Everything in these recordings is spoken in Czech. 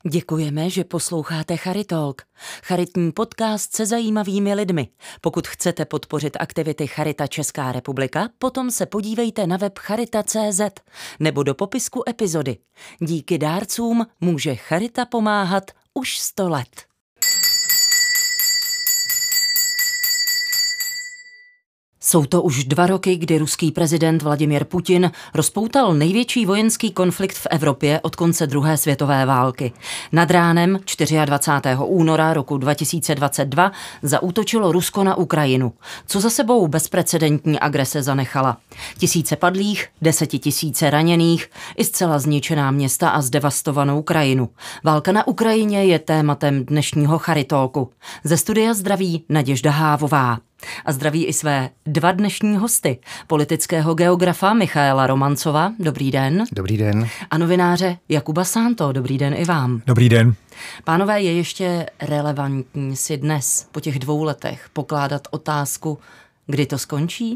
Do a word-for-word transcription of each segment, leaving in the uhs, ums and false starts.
Děkujeme, že posloucháte Charitalk, charitní podcast se zajímavými lidmi. Pokud chcete podpořit aktivity Charita Česká republika, potom se podívejte na web charita tečka cé zet nebo do popisku epizody. Díky dárcům může Charita pomáhat už sto let. Jsou to už dva roky, kdy ruský prezident Vladimír Putin rozpoutal největší vojenský konflikt v Evropě od konce druhé světové války. Nad ránem dvacátého čtvrtého února roku dva tisíce dvacet dva zaútočilo Rusko na Ukrajinu. Co za sebou bezprecedentní agrese zanechala? Tisíce padlých, desetitisíce raněných, i zcela zničená města a zdevastovanou krajinu. Válka na Ukrajině je tématem dnešního Charitalku. Ze studia zdraví Naděžda Hávová. A zdraví i své dva dnešní hosty, politického geografa Michaela Romancova, dobrý den. Dobrý den. A novináře Jakuba Santo, dobrý den i vám. Dobrý den. Pánové, je ještě relevantní si dnes po těch dvou letech pokládat otázku, kdy to skončí?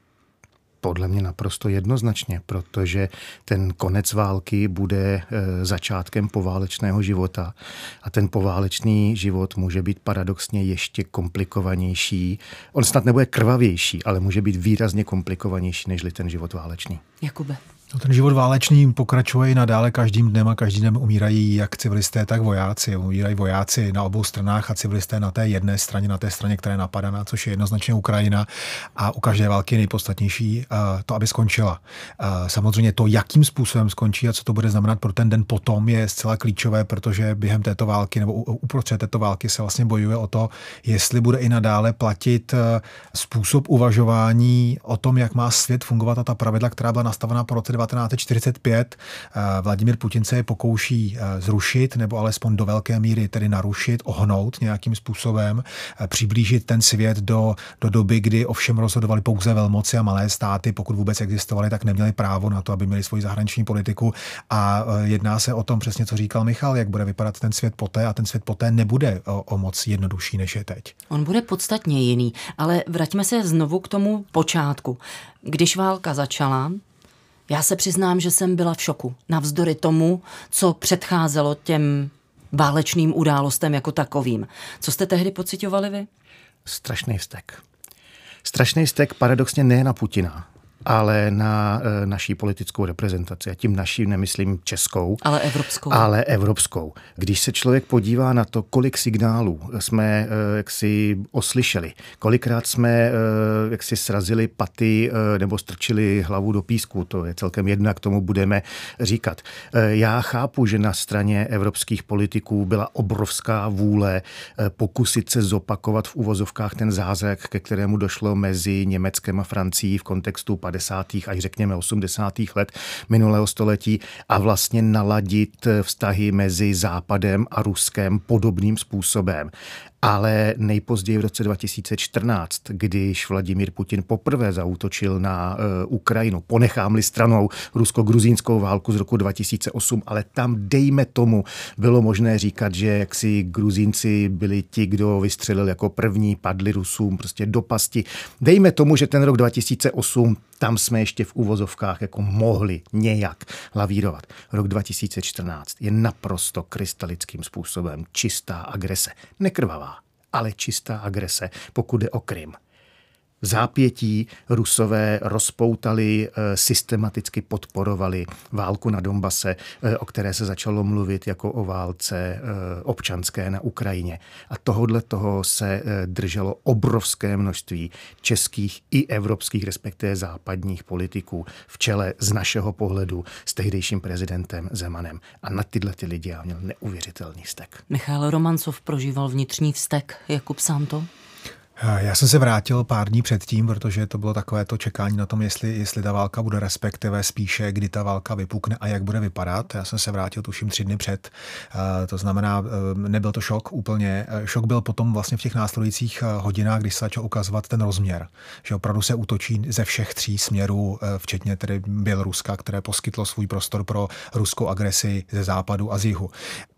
Podle mě naprosto jednoznačně, protože ten konec války bude začátkem poválečného života a ten poválečný život může být paradoxně ještě komplikovanější. On snad nebude krvavější, ale může být výrazně komplikovanější nežli ten život válečný. Jakube. No, ten život válečný pokračuje i nadále každým dnem a každý den umírají jak civilisté, tak vojáci. Umírají vojáci na obou stranách a civilisté na té jedné straně, na té straně, která je napadaná, což je jednoznačně Ukrajina. A u každé války je nejpodstatnější to, aby skončila. Samozřejmě to, jakým způsobem skončí a co to bude znamenat pro ten den potom, je zcela klíčové, protože během této války nebo uprostřed této války se vlastně bojuje o to, jestli bude i nadále platit způsob uvažování o tom, jak má svět fungovat a ta pravidla, která byla nastavená po roce devatenáct set čtyřicet pět. Vladimír Putin se je pokouší zrušit nebo alespoň do velké míry tedy narušit, ohnout nějakým způsobem, přiblížit ten svět do, do doby, kdy ovšem rozhodovali pouze velmoci a malé státy, pokud vůbec existovaly, tak neměli právo na to, aby měli svoji zahraniční politiku a jedná se o tom přesně, co říkal Michal, jak bude vypadat ten svět poté a ten svět poté nebude o, o moc jednodušší, než je teď. On bude podstatně jiný, ale vraťme se znovu k tomu počátku. Když válka začala, já se přiznám, že jsem byla v šoku. Navzdory tomu, co předcházelo těm válečným událostem jako takovým. Co jste tehdy pociťovali vy? Strašný vztek. Strašný vztek paradoxně ne na Putina, ale na e, naší politickou reprezentaci. A tím naší nemyslím českou, ale evropskou. Ale evropskou. Když se člověk podívá na to, kolik signálů jsme e, jaksi oslyšeli, kolikrát jsme e, jaksi srazili paty e, nebo strčili hlavu do písku, to je celkem jedno, jak tomu budeme říkat. E, já chápu, že na straně evropských politiků byla obrovská vůle e, pokusit se zopakovat v uvozovkách ten zázrak, ke kterému došlo mezi Německem a Francií v kontextu padesátých až řekněme osmdesátých let minulého století a vlastně naladit vztahy mezi Západem a Ruskem podobným způsobem. Ale nejpozději v roce dva tisíce čtrnáct, když Vladimír Putin poprvé zaútočil na uh, Ukrajinu, ponechám-li stranou rusko-gruzínskou válku z roku dva tisíce osm, ale tam dejme tomu bylo možné říkat, že jaksi Gruzínci byli ti, kdo vystřelil jako první, padli Rusům prostě do pasti. Dejme tomu, že ten rok dva tisíce osm, tam jsme ještě v uvozovkách jako mohli nějak lavírovat. Rok dva tisíce čtrnáct je naprosto krystalickým způsobem čistá agrese. Nekrvavá, ale čistá agrese, pokud jde o Krym. V zápětí Rusové rozpoutali, systematicky podporovali válku na Donbase, o které se začalo mluvit jako o válce občanské na Ukrajině. A tohodle toho se drželo obrovské množství českých i evropských, respektive západních politiků v čele z našeho pohledu s tehdejším prezidentem Zemanem. A na tyhle ty lidi já měl neuvěřitelný vztek. Michael Romancov prožíval vnitřní vztek. Jakub Santo? Já jsem se vrátil pár dní předtím, protože to bylo takové to čekání na tom, jestli, jestli ta válka bude, respektive spíše, kdy ta válka vypukne a jak bude vypadat. Já jsem se vrátil tuším tři dny před. To znamená, nebyl to šok úplně. Šok byl potom vlastně v těch následujících hodinách, když se začal ukazovat ten rozměr. Že opravdu se útočí ze všech tří směrů, včetně tedy Běloruska, které poskytlo svůj prostor pro ruskou agresi ze západu a z jihu.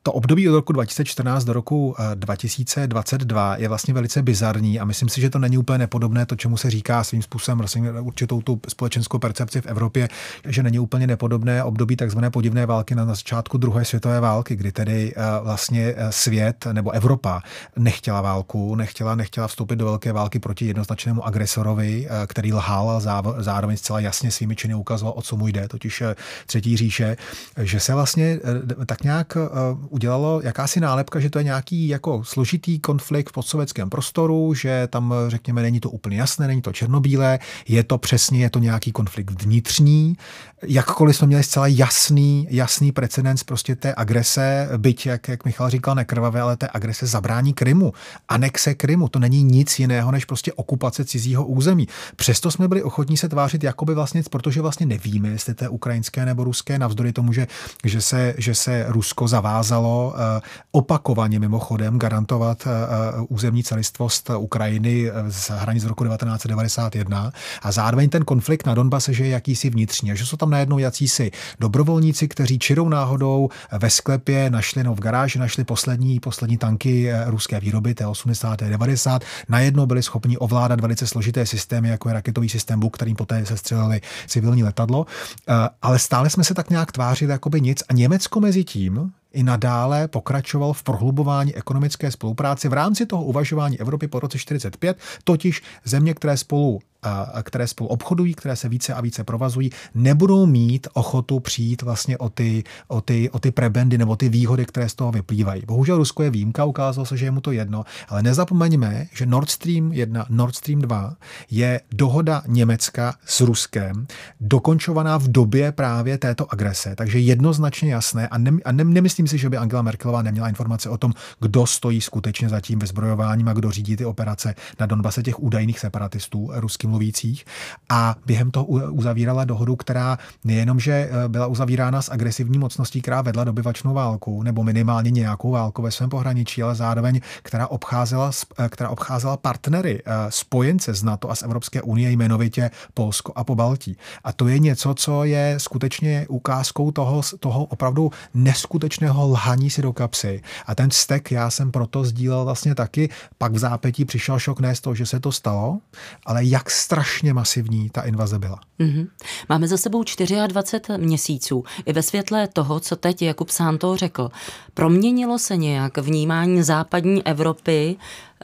To období od roku dva tisíce čtrnáct do roku dva tisíce dvacet dva je vlastně velice bizarní a myslím si, že to není úplně nepodobné to, čemu se říká svým způsobem vlastně určitou tu společenskou percepci v Evropě, že není úplně nepodobné období takzvané podivné války na začátku druhé světové války, kdy tedy vlastně svět nebo Evropa nechtěla válku, nechtěla, nechtěla vstoupit do velké války proti jednoznačnému agresorovi, který lhal a zároveň zcela jasně svými činy ukazoval, o co mu jde, totiž Třetí říše, že se vlastně tak nějak udělalo jakási nálepka, že to je nějaký jako složitý konflikt v postsovětském prostoru, že tam, řekněme, není to úplně jasné, není to černobílé, je to přesně, je to nějaký konflikt vnitřní. Jakkoliv jsme měli zcela jasný, jasný precedens prostě té agrese, byť, jak, jak Michal říkal, nekrvavé, ale té agrese zabrání Krymu. Anexe Krymu, to není nic jiného, než prostě okupace cizího území. Přesto jsme byli ochotní se tvářit jakoby vlastně, protože vlastně nevíme, jestli to je ukrajinské nebo ruské, navzdory tomu, že, že, se, že se Rusko zavázalo uh, opakovaně mimochodem garantovat uh, územní celistvost Ukrajiny z hranic z roku devatenáct set devadesát jedna a zároveň ten konflikt na Donbase, že je jakýsi vnitřní a že jsou tam najednou jacísi dobrovolníci, kteří čirou náhodou ve sklepě našli, no v garáži našli poslední, poslední tanky ruské výroby, T osmdesát, T devadesát, najednou byli schopni ovládat velice složité systémy, jako je raketový systém Buk, kterým poté sestřelili civilní letadlo, ale stále jsme se tak nějak tvářili jakoby nic a Německo mezi tím i nadále pokračoval v prohlubování ekonomické spolupráce v rámci toho uvažování Evropy po roce čtyřicet pět, totiž země, které spolu které spolu obchodují, které se více a více provazují, nebudou mít ochotu přijít vlastně o ty, o ty, o ty prebendy nebo ty výhody, které z toho vyplývají. Bohužel Rusko je výjimka, ukázalo se, že je mu to jedno, ale nezapomeňme, že Nord Stream jedna, Nord Stream dva je dohoda Německa s Ruskem, dokončovaná v době právě této agrese, takže jednoznačně jasné a, ne, a ne, nemyslím si, že by Angela Merkelová neměla informace o tom, kdo stojí skutečně za tím vyzbrojováním a kdo řídí ty operace na Donbase těch údajných separatistů ruským mluvících a během toho uzavírala dohodu, která nejenom, že byla uzavírána s agresivní mocností, která vedla dobyvačnou válku, nebo minimálně nějakou válku ve svém pohraničí, ale zároveň, která obcházela, která obcházela partnery, spojence z NATO a z Evropské unie, jmenovitě Polsko a Pobaltí. A to je něco, co je skutečně ukázkou toho, toho opravdu neskutečného lhaní si do kapsy. A ten vztek já jsem proto sdílel vlastně taky, pak v zápětí přišel šok ne z toho, že se to stalo, ale jak strašně masivní ta invaze byla. Mm-hmm. Máme za sebou dvacet čtyři měsíců. I ve světle toho, co teď Jakub Sántl řekl, proměnilo se nějak vnímání západní Evropy,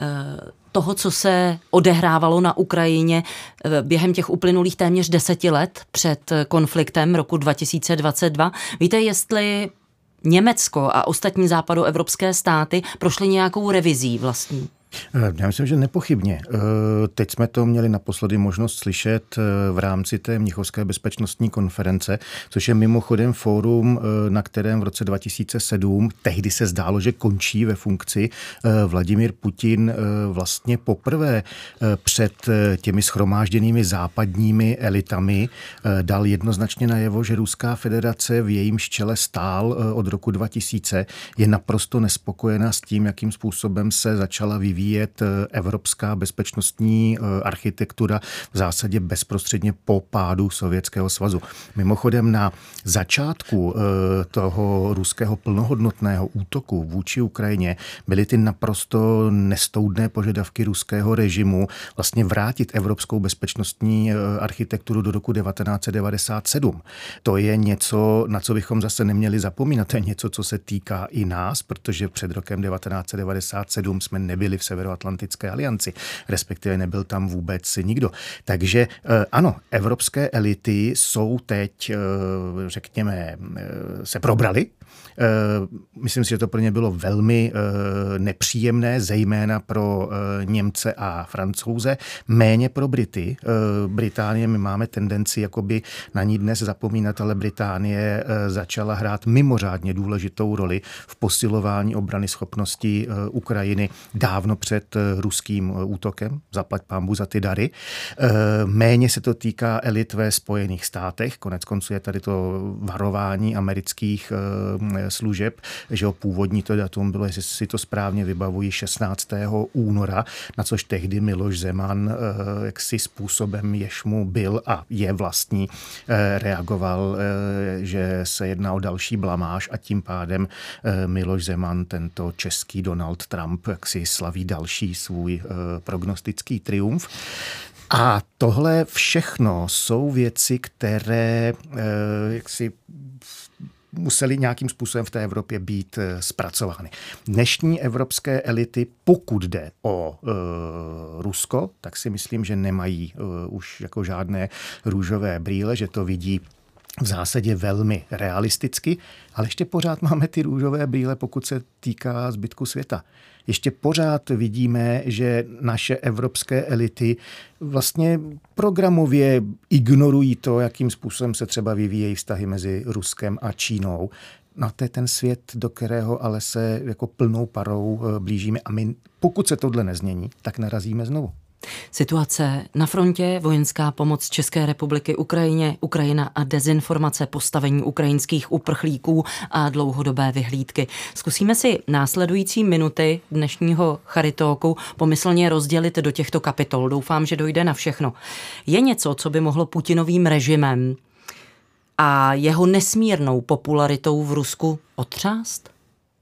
toho, co se odehrávalo na Ukrajině během těch uplynulých téměř deseti let před konfliktem roku dva tisíce dvacet dva. Víte, jestli Německo a ostatní západoevropské státy prošly nějakou revizí vlastní? Já myslím, že nepochybně. Teď jsme to měli naposledy možnost slyšet v rámci té Mnichovské bezpečnostní konference, což je mimochodem fórum, na kterém v roce dva tisíce sedm, tehdy se zdálo, že končí ve funkci, Vladimír Putin vlastně poprvé před těmi shromážděnými západními elitami dal jednoznačně najevo, že Ruská federace v jejímž čele stál od roku dva tisíce je naprosto nespokojená s tím, jakým způsobem se začala vyvíjet evropská bezpečnostní architektura v zásadě bezprostředně po pádu Sovětského svazu. Mimochodem na začátku toho ruského plnohodnotného útoku vůči Ukrajině byly ty naprosto nestoudné požadavky ruského režimu vlastně vrátit evropskou bezpečnostní architekturu do roku devatenáct set devadesát sedm. To je něco, na co bychom zase neměli zapomínat. To je něco, co se týká i nás, protože před rokem devatenáct set devadesát sedm jsme nebyli v Severoatlantické alianci, respektive nebyl tam vůbec nikdo. Takže ano, evropské elity jsou teď, řekněme, se probrali. Myslím si, že to pro ně bylo velmi nepříjemné, zejména pro Němce a Francouze, méně pro Brity. Británie, my máme tendenci jakoby na ní dnes zapomínat, ale Británie začala hrát mimořádně důležitou roli v posilování obrany schopností Ukrajiny dávno před ruským útokem, zaplať pánbůh za ty dary. Méně se to týká elit ve Spojených státech, konec konců je tady to varování amerických služeb, že jo, původní to datum bylo, jestli si to správně vybavuji, šestnáctého února, na což tehdy Miloš Zeman jaksi způsobem, jež mu byl a je vlastní, reagoval, že se jedná o další blamáž a tím pádem Miloš Zeman, tento český Donald Trump, jaksi slaví další svůj prognostický triumf. A tohle všechno jsou věci, které jaksi museli nějakým způsobem v té Evropě být zpracovány. Dnešní evropské elity, pokud jde o e, Rusko, tak si myslím, že nemají e, už jako žádné růžové brýle, že to vidí v zásadě velmi realisticky, ale ještě pořád máme ty růžové brýle, pokud se týká zbytku světa. Ještě pořád vidíme, že naše evropské elity vlastně programově ignorují to, jakým způsobem se třeba vyvíjejí vztahy mezi Ruskem a Čínou. No to je ten svět, do kterého ale se jako plnou parou blížíme a my, pokud se tohle nezmění, tak narazíme znovu. Situace na frontě, vojenská pomoc České republiky Ukrajině, Ukrajina a dezinformace, postavení ukrajinských uprchlíků a dlouhodobé vyhlídky. Zkusíme si následující minuty dnešního Charitóku pomyslně rozdělit do těchto kapitol. Doufám, že dojde na všechno. Je něco, co by mohlo Putinovým režimem a jeho nesmírnou popularitou v Rusku otřást?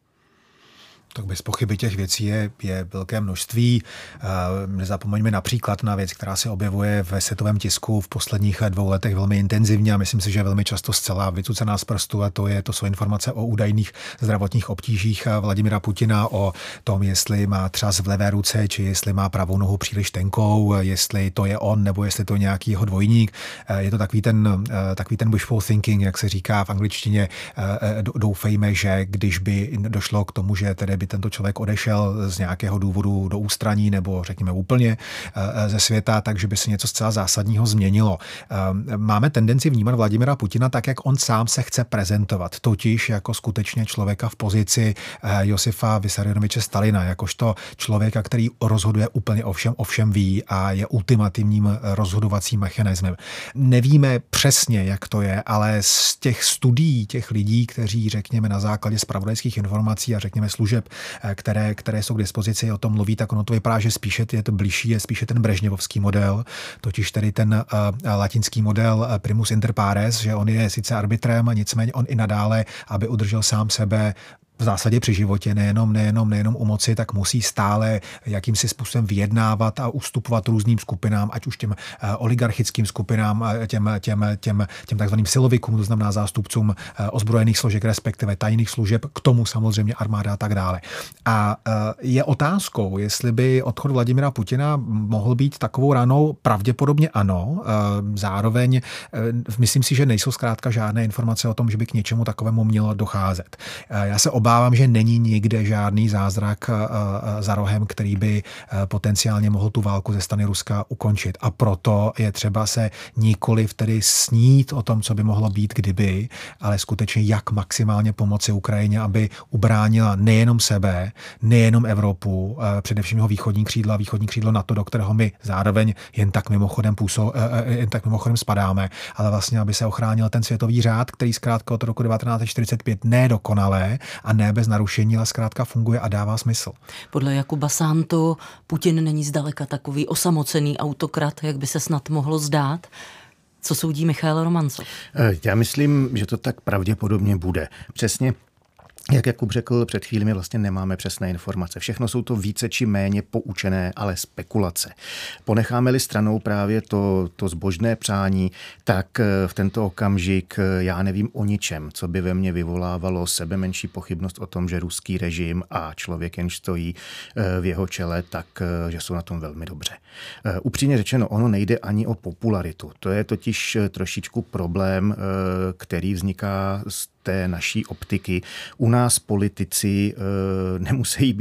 Tak bez pochyby těch věcí je, je velké množství. Nezapomeňme například na věc, která se objevuje ve světovém tisku v posledních dvou letech velmi intenzivně a myslím si, že velmi často zcela vycucená z prstu, a to, je, to jsou informace o údajných zdravotních obtížích Vladimira Putina, o tom, jestli má třas v levé ruce, či jestli má pravou nohu příliš tenkou, jestli to je on, nebo jestli to je nějaký jeho dvojník. Je to takový ten, takový ten wishful thinking, jak se říká v angličtině. Doufejme, že když by došlo k tomu, že tedy by tento člověk odešel z nějakého důvodu do ústraní nebo řekněme úplně ze světa, takže by se něco zcela zásadního změnilo. Máme tendenci vnímat Vladimira Putina tak, jak on sám se chce prezentovat, totiž jako skutečně člověka v pozici Josifa Vissarionoviče Stalina, jakožto člověka, který rozhoduje úplně o všem, o všem ví a je ultimativním rozhodovacím mechanismem. Nevíme přesně, jak to je, ale z těch studií těch lidí, kteří řekněme na základě zpravodajských informací a řekněme služeb, které, které jsou k dispozici, o tom mluví, tak ono to vypadá, že spíše je to blížší, je spíše ten brežněvovský model, totiž tedy ten uh, latinský model primus inter pares, že on je sice arbitrem, nicméně on i nadále, aby udržel sám sebe v zásadě při životě, nejenom, nejenom, nejenom u moci, tak musí stále jakýmsi způsobem vyjednávat a ustupovat různým skupinám, ať už těm uh, oligarchickým skupinám, těm, těm, těm, těm takzvaným silovikům, to znamená zástupcům uh, ozbrojených složek, respektive tajných služeb, k tomu samozřejmě armáda a tak dále. A uh, je otázkou, jestli by odchod Vladimira Putina mohl být takovou ranou, pravděpodobně ano. Uh, zároveň uh, myslím si, že nejsou zkrátka žádné informace o tom, že by k něčemu takovému mělo docházet. Uh, já se obávám, Obávám, že není nikde žádný zázrak za rohem, který by potenciálně mohl tu válku ze strany Ruska ukončit. A proto je třeba se nikoliv tedy snít o tom, co by mohlo být, kdyby, ale skutečně jak maximálně pomoci Ukrajině, aby ubránila nejenom sebe, nejenom Evropu, především jeho východní křídlo a východní křídlo NATO, do kterého my zároveň jen tak mimochodem půso, jen tak mimochodem spadáme, ale vlastně, aby se ochránil ten světový řád, který zkrátka od roku devatenáct set čtyřicet pět nedokonalé a ne bez narušení, ale zkrátka funguje a dává smysl. Podle Jakuba Santu Putin není zdaleka takový osamocený autokrat, jak by se snad mohlo zdát. Co soudí Michail Romancov? Já myslím, že to tak pravděpodobně bude. Přesně jak Jakub řekl před chvíli, my vlastně nemáme přesné informace. Všechno jsou to více či méně poučené, ale spekulace. Ponecháme-li stranou právě to, to zbožné přání, tak v tento okamžik já nevím o ničem, co by ve mně vyvolávalo sebe menší pochybnost o tom, že ruský režim a člověk, jenž stojí v jeho čele, tak že jsou na tom velmi dobře. Upřímně řečeno, ono nejde ani o popularitu. To je totiž trošičku problém, který vzniká z té naší optiky. U nás politici e, nemusí být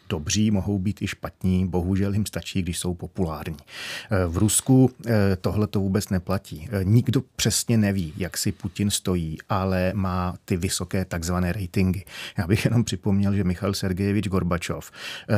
dobří, mohou být i špatní, bohužel jim stačí, když jsou populární. V Rusku tohle to vůbec neplatí. Nikdo přesně neví, jak si Putin stojí, ale má ty vysoké takzvané ratingy. Já bych jenom připomněl, že Michail Sergejevič Gorbačov,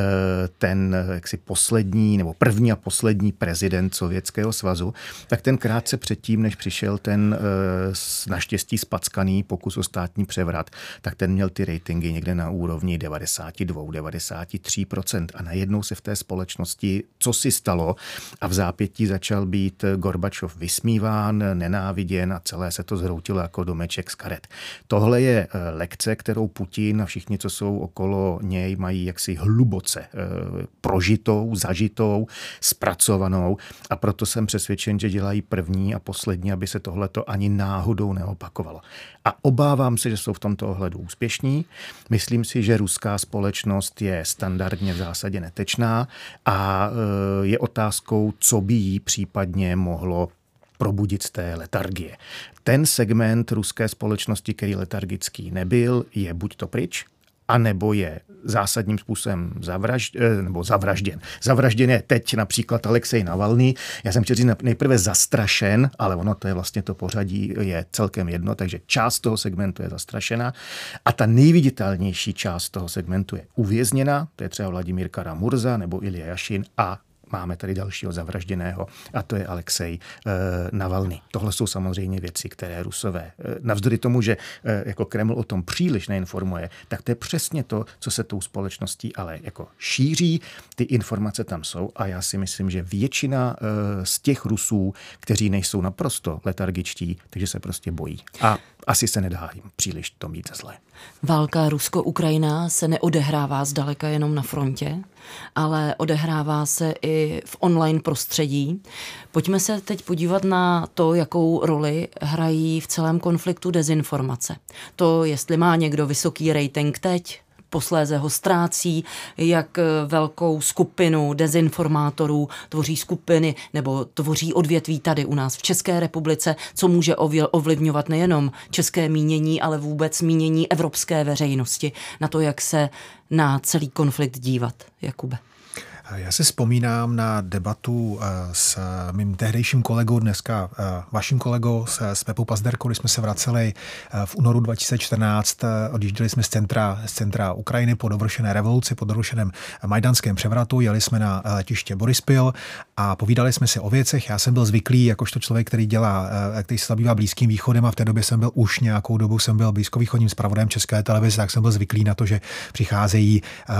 ten jaksi poslední nebo první a poslední prezident Sovětského svazu, tak ten krátce předtím, než přišel ten naštěstí spackaný pokus o státní převrat, tak ten měl ty ratingy někde na úrovni devadesát dva, devadesát tři procent a najednou se v té společnosti co si stalo a v zápětí začal být Gorbačov vysmíván, nenáviděn a celé se to zhroutilo jako domeček z karet. Tohle je lekce, kterou Putin a všichni, co jsou okolo něj, mají jaksi hluboce prožitou, zažitou, zpracovanou a proto jsem přesvědčen, že dělají první a poslední, aby se tohleto ani náhodou neopakovalo. A obávám se, že jsou v tomto ohledu úspěšní. Myslím si, že ruská společnost je standardně v zásadě netečná a je otázkou, co by jí případně mohlo probudit z té letargie. Ten segment ruské společnosti, který letargický nebyl, je buď to pryč, anebo je zásadním způsobem zavražd, nebo zavražděn. Zavražděn je teď například Alexej Navalný. Já jsem chtěl říct nejprve zastrašen, ale ono to je vlastně to pořadí je celkem jedno, takže část toho segmentu je zastrašena a ta nejviditelnější část toho segmentu je uvězněna, to je třeba Vladimír Kara-Murza nebo Ilja Jašin a máme tady dalšího zavražděného a to je Alexej e, Navalný. Tohle jsou samozřejmě věci, které Rusové, e, navzdory tomu, že e, jako Kreml o tom příliš neinformuje, tak to je přesně to, co se tou společností ale jako šíří. Ty informace tam jsou a já si myslím, že většina e, z těch Rusů, kteří nejsou naprosto letargičtí, takže se prostě bojí. A asi se nedá jim příliš to mít za zlé. Válka Rusko-Ukrajina se neodehrává zdaleka jenom na frontě, ale odehrává se i v online prostředí. Pojďme se teď podívat na to, jakou roli hrají v celém konfliktu dezinformace. To, jestli má někdo vysoký rating teď, posléze ho ztrácí, jak velkou skupinu dezinformátorů tvoří skupiny nebo tvoří odvětví tady u nás v České republice, co může ovlivňovat nejenom české mínění, ale vůbec mínění evropské veřejnosti na to, jak se na celý konflikt dívat. Jakube. Já si vzpomínám na debatu s mým tehdejším kolegou, dneska vaším kolegou, s Pepou Pazderkou, když jsme se vraceli v únoru dva tisíce čtrnáct, odjížděli jsme z centra, z centra Ukrajiny po dovršené revoluci, po dovršeném majdanském převratu, jeli jsme na letiště Borispil a povídali jsme si o věcech. Já jsem byl zvyklý, jakožto člověk, který dělá, který se zabývá Blízkým východem a v té době jsem byl už nějakou dobu, jsem byl blízkovýchodním zpravodajem České televize, tak jsem byl zvyklý na to, že přicházejí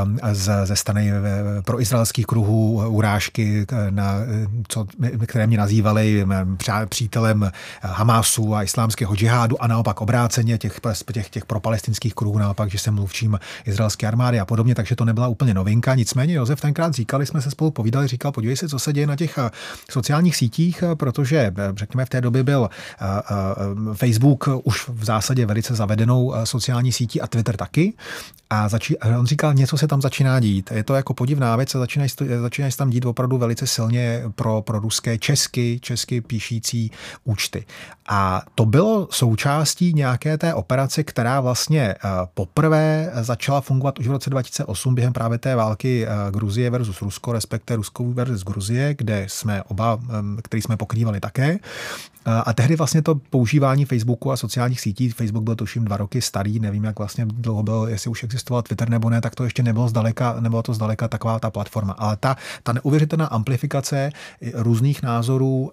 z, ze strany pro izraelských kruhů urážky, na, co, které mě nazývali přítelem Hamásu a islámského džihádu a naopak obráceně těch, těch, těch propalestinských kruhů naopak, že jsem mluvčím izraelské armády a podobně, takže to nebyla úplně novinka. Nicméně Josef tenkrát říkali, jsme se spolu povídali, říkal, podívej se, co se děje na těch sociálních sítích, protože řekněme v té době byl Facebook už v zásadě velice zavedenou sociální sítí a Twitter taky. A začí, on říkal, něco se tam začíná dít. Je to jako podivná věc a začínají, začínají se tam dít opravdu velice silně pro, pro ruské česky, česky píšící účty. A to bylo součástí nějaké té operace, která vlastně poprvé začala fungovat už v roce dva tisíce osm během právě té války Gruzie versus Rusko, respektive Rusko versus Gruzie, kde jsme oba, který jsme pokrývali také. A tehdy vlastně to používání Facebooku a sociálních sítí, Facebook byl tuším dva roky starý, nevím, jak vlastně dlouho byl, jestli už existoval Twitter nebo ne, tak to ještě nebylo zdaleka, nebyla to zdaleka taková ta platforma. Ale ta, ta neuvěřitelná amplifikace různých názorů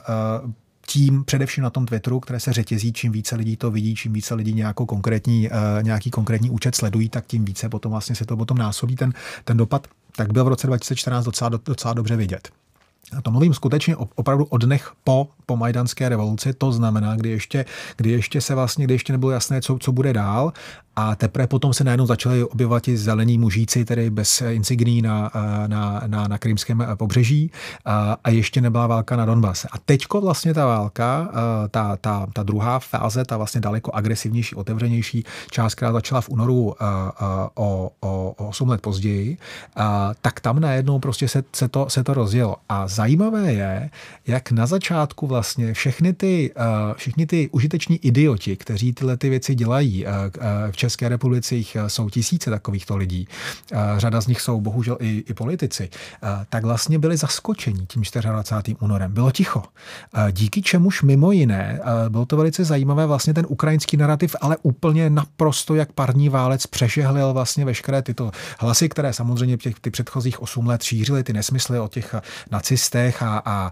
tím především na tom Twitteru, které se řetězí, čím více lidí to vidí, čím více lidí nějakou konkrétní, nějaký konkrétní účet sledují, tak tím více potom vlastně se to potom násobí ten, ten dopad, tak byl v roce dva tisíce čtrnáct docela, docela dobře vidět. A to mluvím skutečně opravdu o dnech po, po majdanské revoluci, to znamená, kdy ještě, kdy ještě se vlastně, kdy ještě nebylo jasné, co, co bude dál a teprve potom se najednou začali objevovat ti zelení mužíci, tedy bez insigní na, na, na, na krymském pobřeží a, a ještě nebyla válka na Donbase. A teďko vlastně ta válka, ta, ta, ta druhá fáze, ta vlastně daleko agresivnější, otevřenější část, která začala v únoru o, o, o osm let později, a, tak tam najednou prostě se, se, to, se to rozjelo. A zajímavé je, jak na začátku vlastně všechny ty, všichni ty užiteční idioti, kteří tyhle ty věci dělají, v České republice jich jsou tisíce takovýchto lidí, řada z nich jsou bohužel i, i politici, tak vlastně byli zaskočeni tím dvacátým čtvrtým únorem. Bylo ticho. Díky čemuž mimo jiné, bylo to velice zajímavé, vlastně ten ukrajinský narrativ, ale úplně naprosto jak parní válec přežehlil vlastně veškeré tyto hlasy, které samozřejmě těch, ty předchozích osm let šířily ty nesmysly o těch nacistech a, a, a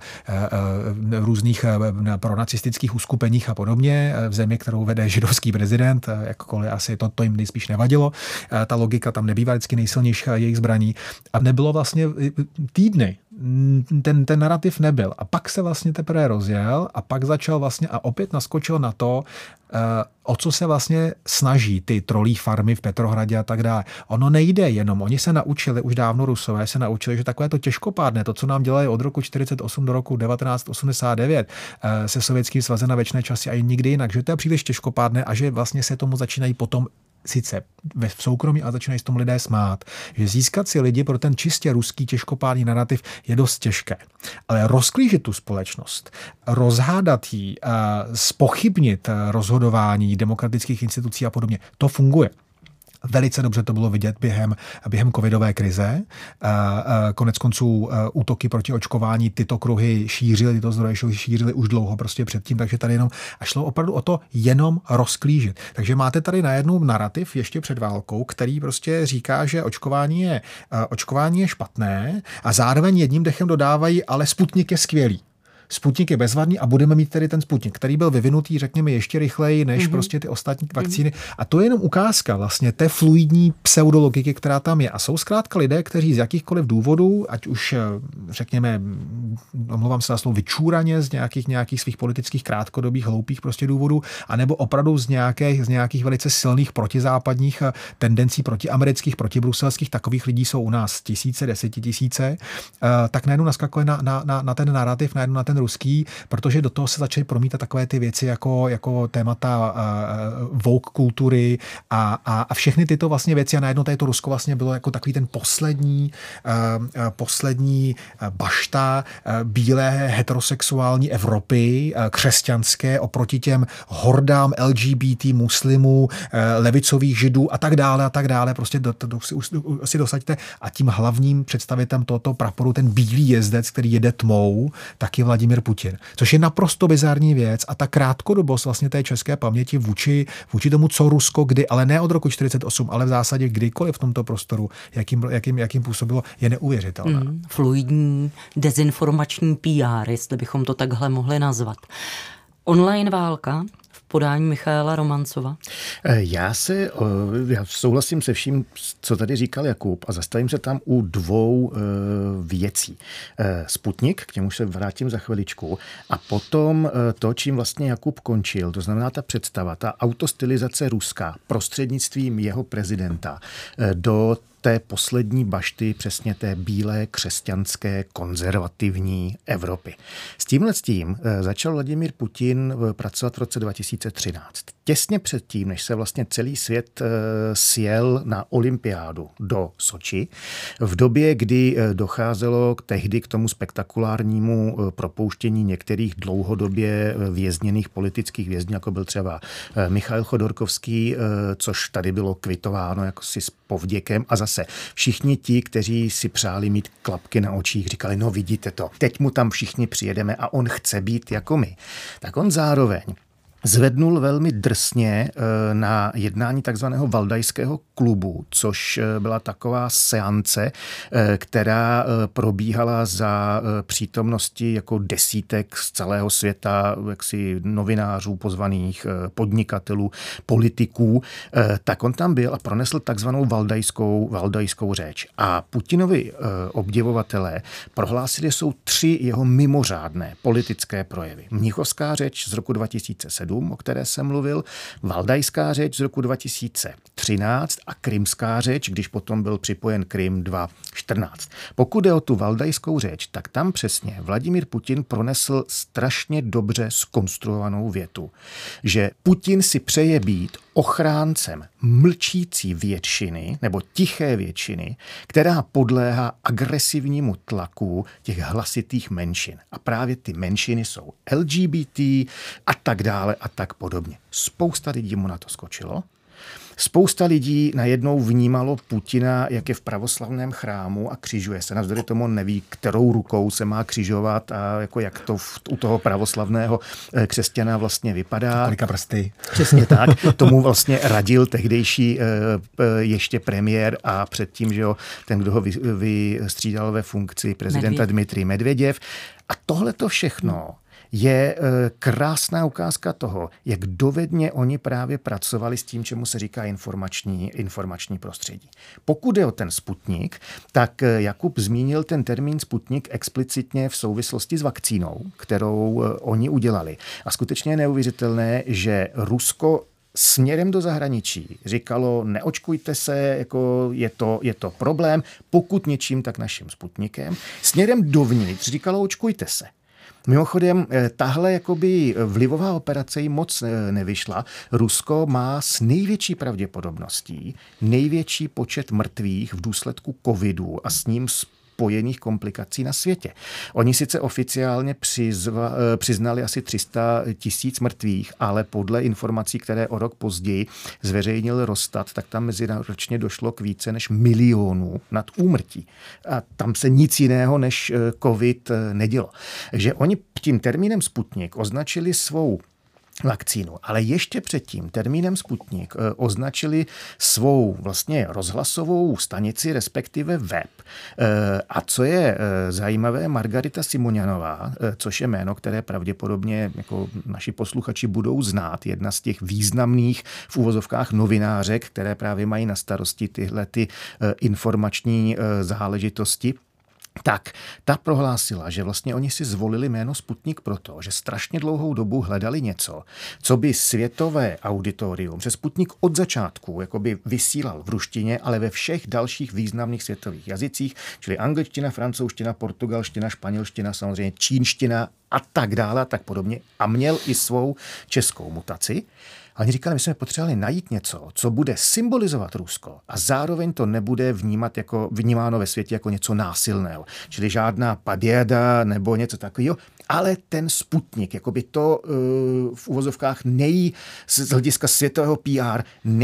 různých pronacistických uskupeních a podobně v zemi, kterou vede židovský prezident, jakkoliv asi to, to jim nejspíš nevadilo. Ta logika tam nebývá vždycky nejsilnější jejich zbraní. A nebylo vlastně týdny, ten, ten narrativ nebyl. A pak se vlastně teprve rozjel a pak začal vlastně a opět naskočil na to, o co se vlastně snaží ty trolí farmy v Petrohradě a tak dále. Ono nejde jenom, oni se naučili, už dávno Rusové se naučili, že takové to těžkopádné, to, co nám dělají od roku čtyřicet osm do roku devatenáct osmdesát devět se Sovětským svazem na věčné časy a i nikdy jinak, že to je příliš těžkopádné a že vlastně se tomu začínají potom sice ve soukromí a začínají s tomu lidé smát, že získat si lidi pro ten čistě ruský těžkopádný narrativ je dost těžké. Ale rozklížit tu společnost, rozhádat ji, zpochybnit rozhodování demokratických institucí a podobně, to funguje. Velice dobře to bylo vidět během, během covidové krize. Konec konců útoky proti očkování tyto kruhy šířily, tyto zdroje šířily už dlouho prostě předtím, takže tady jenom a šlo opravdu o to jenom rozklížit. Takže máte tady najednou narrativ ještě před válkou, který prostě říká, že očkování je, očkování je špatné a zároveň jedním dechem dodávají, ale Sputnik je skvělý. Sputnik je bezvadný a budeme mít tedy ten Sputnik, který byl vyvinutý, řekněme, ještě rychleji než mm-hmm. prostě ty ostatní vakcíny. A to je jenom ukázka vlastně té fluidní pseudologiky, která tam je. A jsou zkrátka lidé, kteří z jakýchkoliv důvodů, ať už, řekněme, omlouvám se na slovo, vyčúraně z nějakých, nějakých svých politických krátkodobých hloupých prostě důvodů, anebo opravdu z nějakých, z nějakých velice silných protizápadních tendencí, protiamerických, protibruselských, takových lidí jsou u nás tisíce, desetitisíce, tak najednou naskakuje na, na, na, na ten narrativ, najednou na ten ruský, protože do toho se začaly promítat takové ty věci jako, jako témata uh, woke kultury a, a, a všechny tyto vlastně věci a najednou tady to Rusko vlastně bylo jako takový ten poslední uh, poslední bašta uh, bílé heterosexuální Evropy, uh, křesťanské oproti těm hordám L G B T muslimů, uh, levicových židů a tak dále a tak dále. Prostě do, do, do, si, si dosaďte a tím hlavním představitelem tohoto praporu, ten bílý jezdec, který jede tmou, tak je Vladimír Putin. Což je naprosto bizarní věc a ta krátkodobost vlastně té české paměti vůči, vůči tomu, co Rusko kdy, ale ne od roku čtyřicet osm, ale v zásadě kdykoliv v tomto prostoru, jakým, jakým, jakým působilo, je neuvěřitelná. Mm, fluidní, dezinformační P R, jestli bychom to takhle mohli nazvat. Online válka v podání Michaela Romancova? Já se já souhlasím se vším, co tady říkal Jakub a zastavím se tam u dvou věcí. Sputnik, k němu se vrátím za chviličku, a potom to, čím vlastně Jakub končil, to znamená ta představa, ta autostylizace Ruska prostřednictvím jeho prezidenta do té poslední bašty, přesně té bílé, křesťanské, konzervativní Evropy. S tímhle s tím začal Vladimír Putin pracovat v roce dva tisíce třináct. Těsně předtím, než se vlastně celý svět sjel na olympiádu do Soči, v době, kdy docházelo k tehdy k tomu spektakulárnímu propouštění některých dlouhodobě vězněných politických vězňů, jako byl třeba Michail Chodorkovský, což tady bylo kvitováno jako si s povděkem, a zase všichni ti, kteří si přáli mít klapky na očích, říkali, no vidíte to, teď mu tam všichni přijedeme a on chce být jako my. Tak on zároveň zvednul velmi drsně na jednání takzvaného Valdajského klubu, což byla taková seance, která probíhala za přítomnosti jako desítek z celého světa, jaksi novinářů, pozvaných podnikatelů, politiků. Tak on tam byl a pronesl takzvanou Valdajskou, Valdajskou řeč. A Putinovi obdivovatelé prohlásili, že jsou tři jeho mimořádné politické projevy. Mnichovská řeč z roku dva tisíce sedm, o které jsem mluvil, Valdajská řeč z roku dva tisíce třináct a Krymská řeč, když potom byl připojen Krym dva tisíce čtrnáct. Pokud jde o tu Valdajskou řeč, tak tam přesně Vladimír Putin pronesl strašně dobře zkonstruovanou větu, že Putin si přeje být ochráncem mlčící většiny nebo tiché většiny, která podléhá agresivnímu tlaku těch hlasitých menšin. A právě ty menšiny jsou L G B T a tak dále a tak podobně. Spousta lidí mu na to skočilo. Spousta lidí najednou vnímalo Putina, jak je v pravoslavném chrámu a křižuje se. Navzdory tomu neví, kterou rukou se má křižovat a jako jak to v, u toho pravoslavného křesťana vlastně vypadá. Kolika prsty. Přesně tak. Tomu vlastně radil tehdejší ještě premiér a předtím, že jo, ten, kdo ho vystřídal ve funkci prezidenta Medvěděv. Dmitrij Medvěděv. A tohle to všechno je krásná ukázka toho, jak dovedně oni právě pracovali s tím, čemu se říká informační, informační prostředí. Pokud je o ten Sputnik, tak Jakub zmínil ten termín Sputnik explicitně v souvislosti s vakcínou, kterou oni udělali. A skutečně je neuvěřitelné, že Rusko směrem do zahraničí říkalo, neočkujte se, jako je to, je to problém, pokud něčím, tak naším Sputnikem. Směrem dovnitř říkalo, očkujte se. Mimochodem, tahle jakoby vlivová operace jí moc nevyšla. Rusko má s největší pravděpodobností největší počet mrtvých v důsledku covidu a s ním spojených komplikací na světě. Oni sice oficiálně přizva, přiznali asi tři sta tisíc mrtvých, ale podle informací, které o rok později zveřejnil Rostat, tak tam mezinárodně došlo k více než milionů nad úmrtí. A tam se nic jiného než covid nedělo. Že oni tím termínem Sputnik označili svou vakcínu, ale ještě předtím termínem Sputnik označili svou vlastně rozhlasovou stanici, respektive web. A co je zajímavé, Margarita Simonianová, což je jméno, které pravděpodobně jako naši posluchači budou znát, jedna z těch významných v uvozovkách novinářek, které právě mají na starosti tyhle ty informační záležitosti, tak ta prohlásila, že vlastně oni si zvolili jméno Sputnik proto, že strašně dlouhou dobu hledali něco, co by světové auditorium, že Sputnik od začátku jakoby vysílal v ruštině, ale ve všech dalších významných světových jazycích, čili angličtina, francouzština, portugalština, španělština, samozřejmě čínština a tak dále a tak podobně. A měl i svou českou mutaci. A oni říkali, my jsme potřebovali najít něco, co bude symbolizovat Rusko a zároveň to nebude vnímat jako, vnímáno ve světě jako něco násilného. Čili žádná padjeda nebo něco takového, ale ten Sputnik, jakoby to uh, v uvozovkách nej, z hlediska světového P R,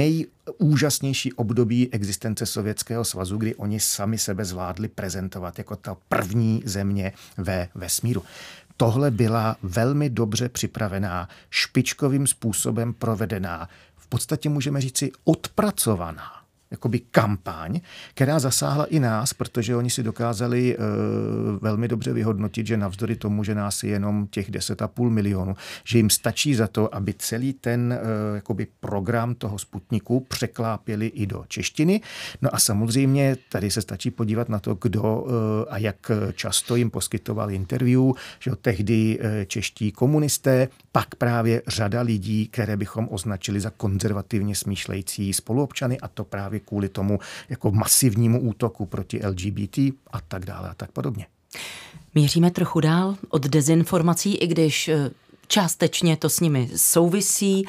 nejúžasnější období existence Sovětského svazu, kdy oni sami sebe zvládli prezentovat jako ta první země ve vesmíru. Tohle byla velmi dobře připravená, špičkovým způsobem provedená, v podstatě můžeme říci odpracovaná jakoby kampaň, která zasáhla i nás, protože oni si dokázali e, velmi dobře vyhodnotit, že navzdory tomu, že nás je jenom těch deset a půl milionu, že jim stačí za to, aby celý ten e, jakoby program toho Sputniku překlápěli i do češtiny. No a samozřejmě tady se stačí podívat na to, kdo e, a jak často jim poskytoval interview, že tehdy e, čeští komunisté, pak právě řada lidí, které bychom označili za konzervativně smýšlející spoluobčany, a to právě kvůli tomu jako masivnímu útoku proti L G B T a tak dále a tak podobně. Míříme trochu dál od dezinformací, i když částečně to s nimi souvisí.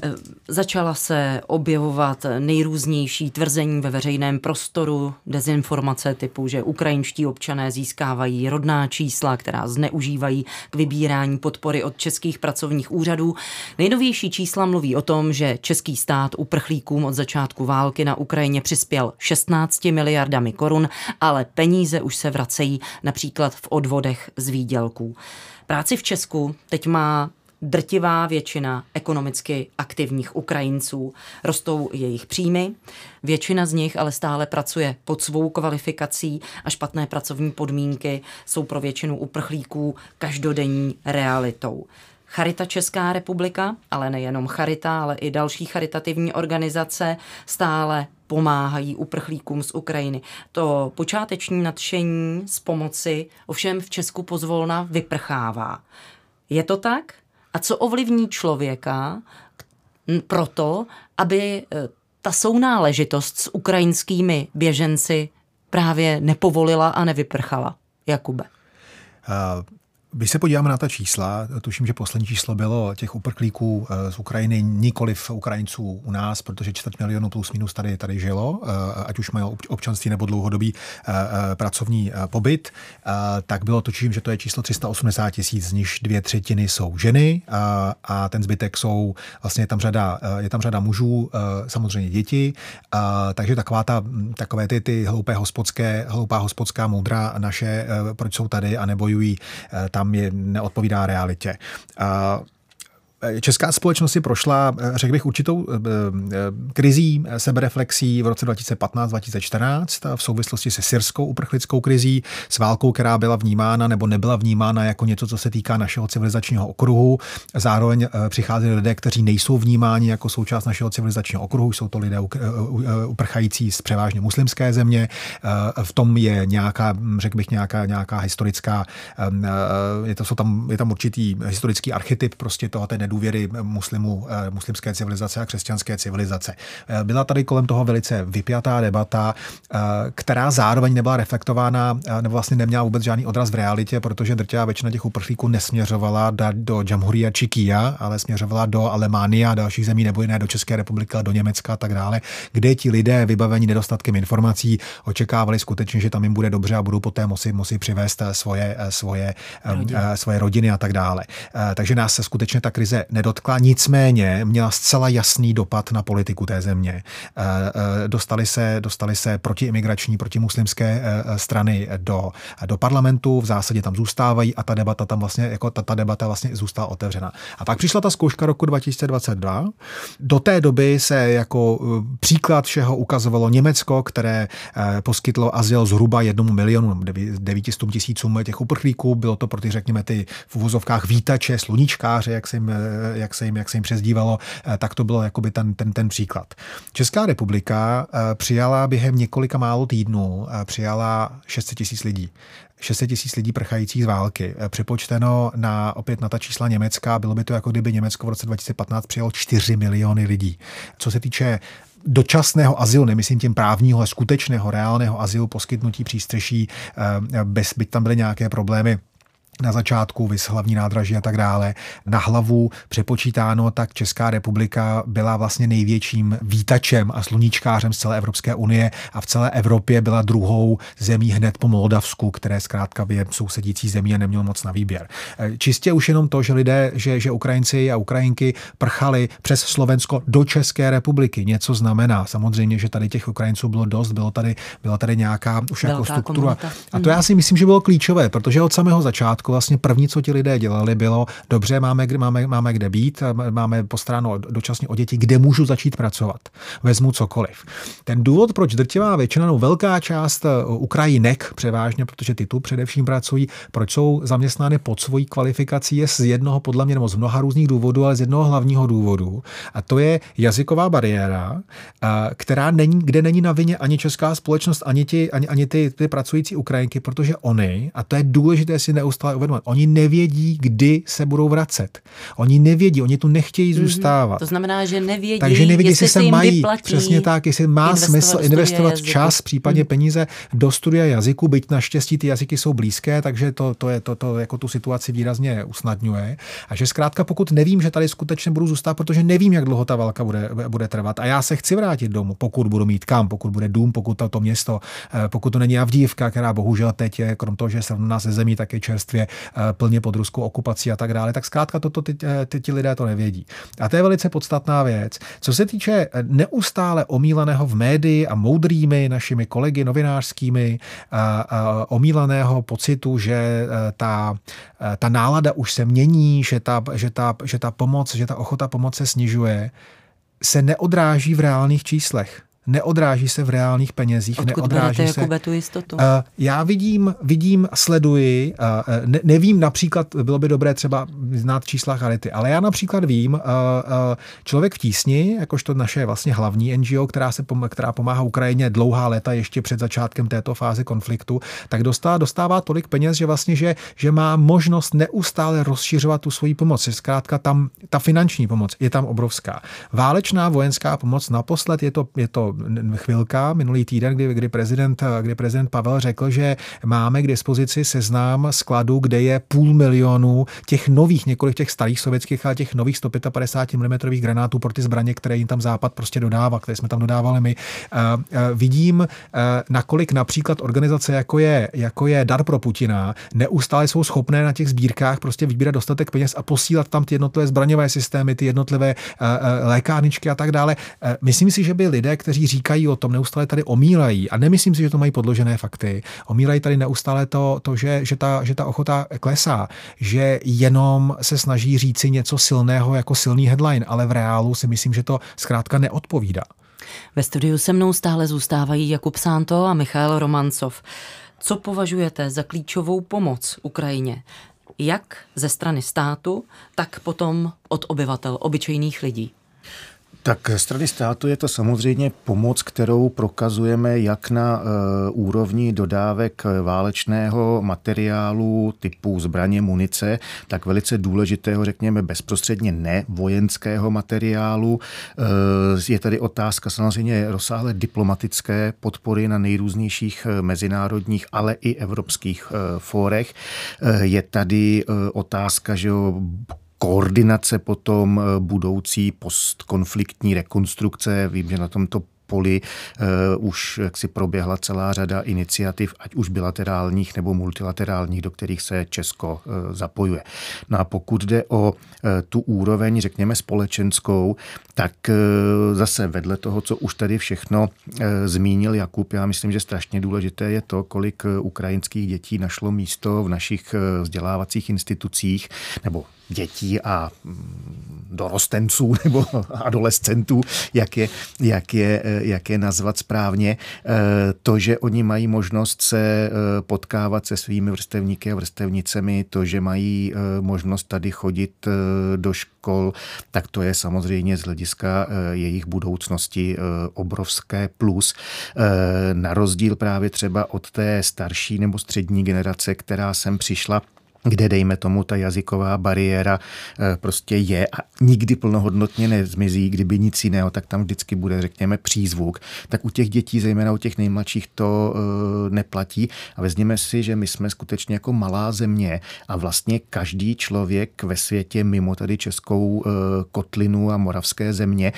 Začala se objevovat nejrůznější tvrzení ve veřejném prostoru, dezinformace typu, že ukrajinští občané získávají rodná čísla, která zneužívají k vybírání podpory od českých pracovních úřadů. Nejnovější čísla mluví o tom, že český stát uprchlíkům od začátku války na Ukrajině přispěl šestnácti miliardami korun, ale peníze už se vracejí například v odvodech z výdělků. Práci v Česku teď má drtivá většina ekonomicky aktivních Ukrajinců. Rostou jejich příjmy, většina z nich ale stále pracuje pod svou kvalifikací a špatné pracovní podmínky jsou pro většinu uprchlíků každodenní realitou. Charita Česká republika, ale nejenom Charita, ale i další charitativní organizace stále pomáhají uprchlíkům z Ukrajiny. To počáteční nadšení z pomoci ovšem v Česku pozvolna vyprchává. Je to tak? A co ovlivní člověka proto, aby ta sounáležitost s ukrajinskými běženci právě nepovolila a nevyprchala? Jakube. Uh... Když se podíváme na ta čísla, tuším, že poslední číslo bylo těch uprchlíků z Ukrajiny, nikoliv Ukrajinců u nás, protože čtvrt milionu plus minus tady, tady žilo, ať už mají občanství nebo dlouhodobý pracovní pobyt, tak bylo tuším, že to je číslo tři sta osmdesát tisíc, z nichž dvě třetiny jsou ženy a, a ten zbytek jsou, vlastně je tam řada, je tam řada mužů, samozřejmě děti, takže taková ta, takové ty, ty hloupé hospodské, hloupá hospodská moudra naše, proč jsou tady a nebojují, tam je neodpovídá realitě. Česká společnost si prošla, řekl bych, určitou krizí, sebereflexí v roce dva tisíce patnáct dva tisíce čtrnáct v souvislosti se syrskou uprchlickou krizí, s válkou, která byla vnímána nebo nebyla vnímána jako něco, co se týká našeho civilizačního okruhu. Zároveň přicházeli lidé, kteří nejsou vnímáni jako součást našeho civilizačního okruhu, jsou to lidé uprchající z převážně muslimské země. V tom je nějaká, řekl bych, nějaká, nějaká historická, je, to, jsou tam, je tam určitý historický archetyp prostě toho té důvěry muslimů, muslimské civilizace a křesťanské civilizace. Byla tady kolem toho velice vypjatá debata, která zároveň nebyla reflektována, nebo vlastně neměla vůbec žádný odraz v realitě, protože drtivá většina těch uprchlíků nesměřovala do Jamhurija Čikia, ale směřovala do Alemánie a dalších zemí, nebo jiné do České republiky, do Německa a tak dále, kde ti lidé vybavení nedostatkem informací očekávali skutečně, že tam jim bude dobře a budou poté moci, moci přivést svoje, svoje, rodiny. svoje rodiny a tak dále. Takže nás se skutečně ta krize nedotkla, nicméně měla zcela jasný dopad na politiku té země. Dostali se, dostali se protiimigrační, protimuslimské strany do, do parlamentu, v zásadě tam zůstávají a ta debata tam vlastně, jako ta, ta debata vlastně zůstala otevřena. A pak přišla ta zkouška roku dva tisíce dvacet dva. Do té doby se jako příklad všeho ukazovalo Německo, které poskytlo azyl zhruba jednomu milionu, devítistem tisícům těch uprchlíků. Bylo to pro ty, řekněme, ty v uvozovkách vítače, sluníčkáře, jak se jim jak se jim, jak se jim přezdívalo, tak to bylo jakoby ten, ten, ten příklad. Česká republika přijala během několika málo týdnů, přijala šest set tisíc lidí. šest set tisíc lidí prchajících z války. Přepočteno na, opět na ta čísla Německa, bylo by to jako kdyby Německo v roce dva tisíce patnáct přijalo čtyři miliony lidí. Co se týče dočasného azylu, nemyslím tím právního, ale skutečného, reálného azylu, poskytnutí přístřeší, bez, byť tam byly nějaké problémy na začátku, vys hlavní nádraží a tak dále, na hlavu přepočítáno, tak Česká republika byla vlastně největším vítačem a sluníčkářem z celé Evropské unie a v celé Evropě byla druhou zemí hned po Moldavsku, které zkrátka je sousedící zemí a nemělo moc na výběr. Čistě už jenom to, že lidé, že, že Ukrajinci a Ukrajinky prchali přes Slovensko do České republiky, něco znamená. Samozřejmě, že tady těch Ukrajinců bylo dost, bylo tady, byla tady nějaká už jako struktura. Komunita. A to já si myslím, že bylo klíčové, protože od samého začátku vlastně první, co ti lidé dělali, bylo dobře, máme, máme, máme kde být, máme postaráno dočasně o děti, kde můžu začít pracovat. Vezmu cokoliv. Ten důvod, proč drtivá většina, no velká část Ukrajinek převážně, protože ty tu především pracují, proč jsou zaměstnány pod svojí kvalifikací, je z jednoho, podle mě, nebo z mnoha různých důvodů, ale z jednoho hlavního důvodu. A to je jazyková bariéra, která není, kde není na vině ani česká společnost, ani, ti, ani, ani ty, ty pracující Ukrajinky, protože oni, a to je důležité si neustále uvědomit, oni nevědí, kdy se budou vracet. Oni nevědí, oni tu nechtějí zůstávat. Mm-hmm. To znamená, že nevědí, Takže nevědí, jestli se mají, vyplatí, přesně tak, jestli má smysl investovat čas, případně mm. peníze do studia jazyku, byť naštěstí ty jazyky jsou blízké, takže to, to, je, to, to jako tu situaci výrazně usnadňuje. A že zkrátka, pokud nevím, že tady skutečně budu zůstat, protože nevím, jak dlouho ta válka bude, bude trvat. A já se chci vrátit domů, pokud budu mít kam, pokud bude dům, pokud to, to město, pokud to není Avdijivka, která bohužel teď je, krom toho, že je srovnaná se zemí, tak je čerstvě plně pod ruskou okupací a tak dále, tak zkrátka toto ty, ty, ty lidé to nevědí. A to je velice podstatná věc. Co se týče neustále omílaného v médii a moudrými našimi kolegy novinářskými, a, a omílaného pocitu, že ta, ta nálada už se mění, že ta, že, ta, že ta pomoc, že ta ochota pomoci se snižuje, se neodráží v reálných číslech. Neodráží se v reálných penězích. Odkud neodráží berete se... Jakube tu jistotu? Uh, já vidím, vidím, sleduji, uh, ne, nevím například, bylo by dobré třeba znát čísla charity, ale já například vím, uh, uh, Člověk v tísni, jakožto naše vlastně hlavní N G O, která, se pom- která pomáhá Ukrajině dlouhá léta ještě před začátkem této fáze konfliktu, tak dostává, dostává tolik peněz, že vlastně, že, že má možnost neustále rozšiřovat tu svoji pomoc. Zkrátka tam ta finanční pomoc je tam obrovská. Válečná vojenská pomoc naposled je to, je to to chvilka, minulý týden, kdy, kdy, prezident, kdy prezident Pavel řekl, že máme k dispozici seznam skladů, kde je půl milionu těch nových, několik těch starých sovětských, ale těch nových sto padesát pět milimetrů granátů pro ty zbraně, které jim tam Západ prostě dodává, které jsme tam dodávali my. Vidím, nakolik například organizace, jako je, jako je Dar pro Putina, neustále jsou schopné na těch sbírkách prostě vybírat dostatek peněz a posílat tam ty jednotlivé zbraňové systémy, ty jednotlivé lékárničky a tak dále. Myslím si, že by lidé, kteří říkají o tom, neustále tady omílají, a nemyslím si, že to mají podložené fakty, omílají tady neustále to, to že, že, ta, že ta ochota klesá, že jenom se snaží říci něco silného jako silný headline, ale v reálu si myslím, že to zkrátka neodpovídá. Ve studiu se mnou stále zůstávají Jakub Sánto a Michael Romancov. Co považujete za klíčovou pomoc Ukrajině? Jak ze strany státu, tak potom od obyvatel, obyčejných lidí? Tak ze strany státu je to samozřejmě pomoc, kterou prokazujeme jak na e, úrovni dodávek válečného materiálu typu zbraně, munice, tak velice důležitého, řekněme, bezprostředně nevojenského materiálu. E, je tady otázka samozřejmě rozsáhlé diplomatické podpory na nejrůznějších mezinárodních, ale i evropských e, fórech. E, je tady e, otázka, že jo, koordinace potom budoucí postkonfliktní rekonstrukce. Vím, že na tomto poli uh, už jaksi proběhla celá řada iniciativ, ať už bilaterálních nebo multilaterálních, do kterých se Česko uh, zapojuje. No a pokud jde o uh, tu úroveň, řekněme, společenskou, tak uh, zase vedle toho, co už tady všechno uh, zmínil Jakub, já myslím, že strašně důležité je to, kolik uh, ukrajinských dětí našlo místo v našich uh, vzdělávacích institucích, nebo dětí a dorostenců nebo adolescentů, jak je, jak je, jak je nazvat správně. To, že oni mají možnost se potkávat se svými vrstevníky a vrstevnicemi, to, že mají možnost tady chodit do škol, tak to je samozřejmě z hlediska jejich budoucnosti obrovské plus. Na rozdíl právě třeba od té starší nebo střední generace, která sem přišla, kde, dejme tomu, ta jazyková bariéra prostě je a nikdy plnohodnotně nezmizí, kdyby nic jiného, tak tam vždycky bude, řekněme, přízvuk. Tak u těch dětí, zejména u těch nejmladších, to neplatí. A vezměme si, že my jsme skutečně jako malá země a vlastně každý člověk ve světě, mimo tady českou kotlinu a moravské země,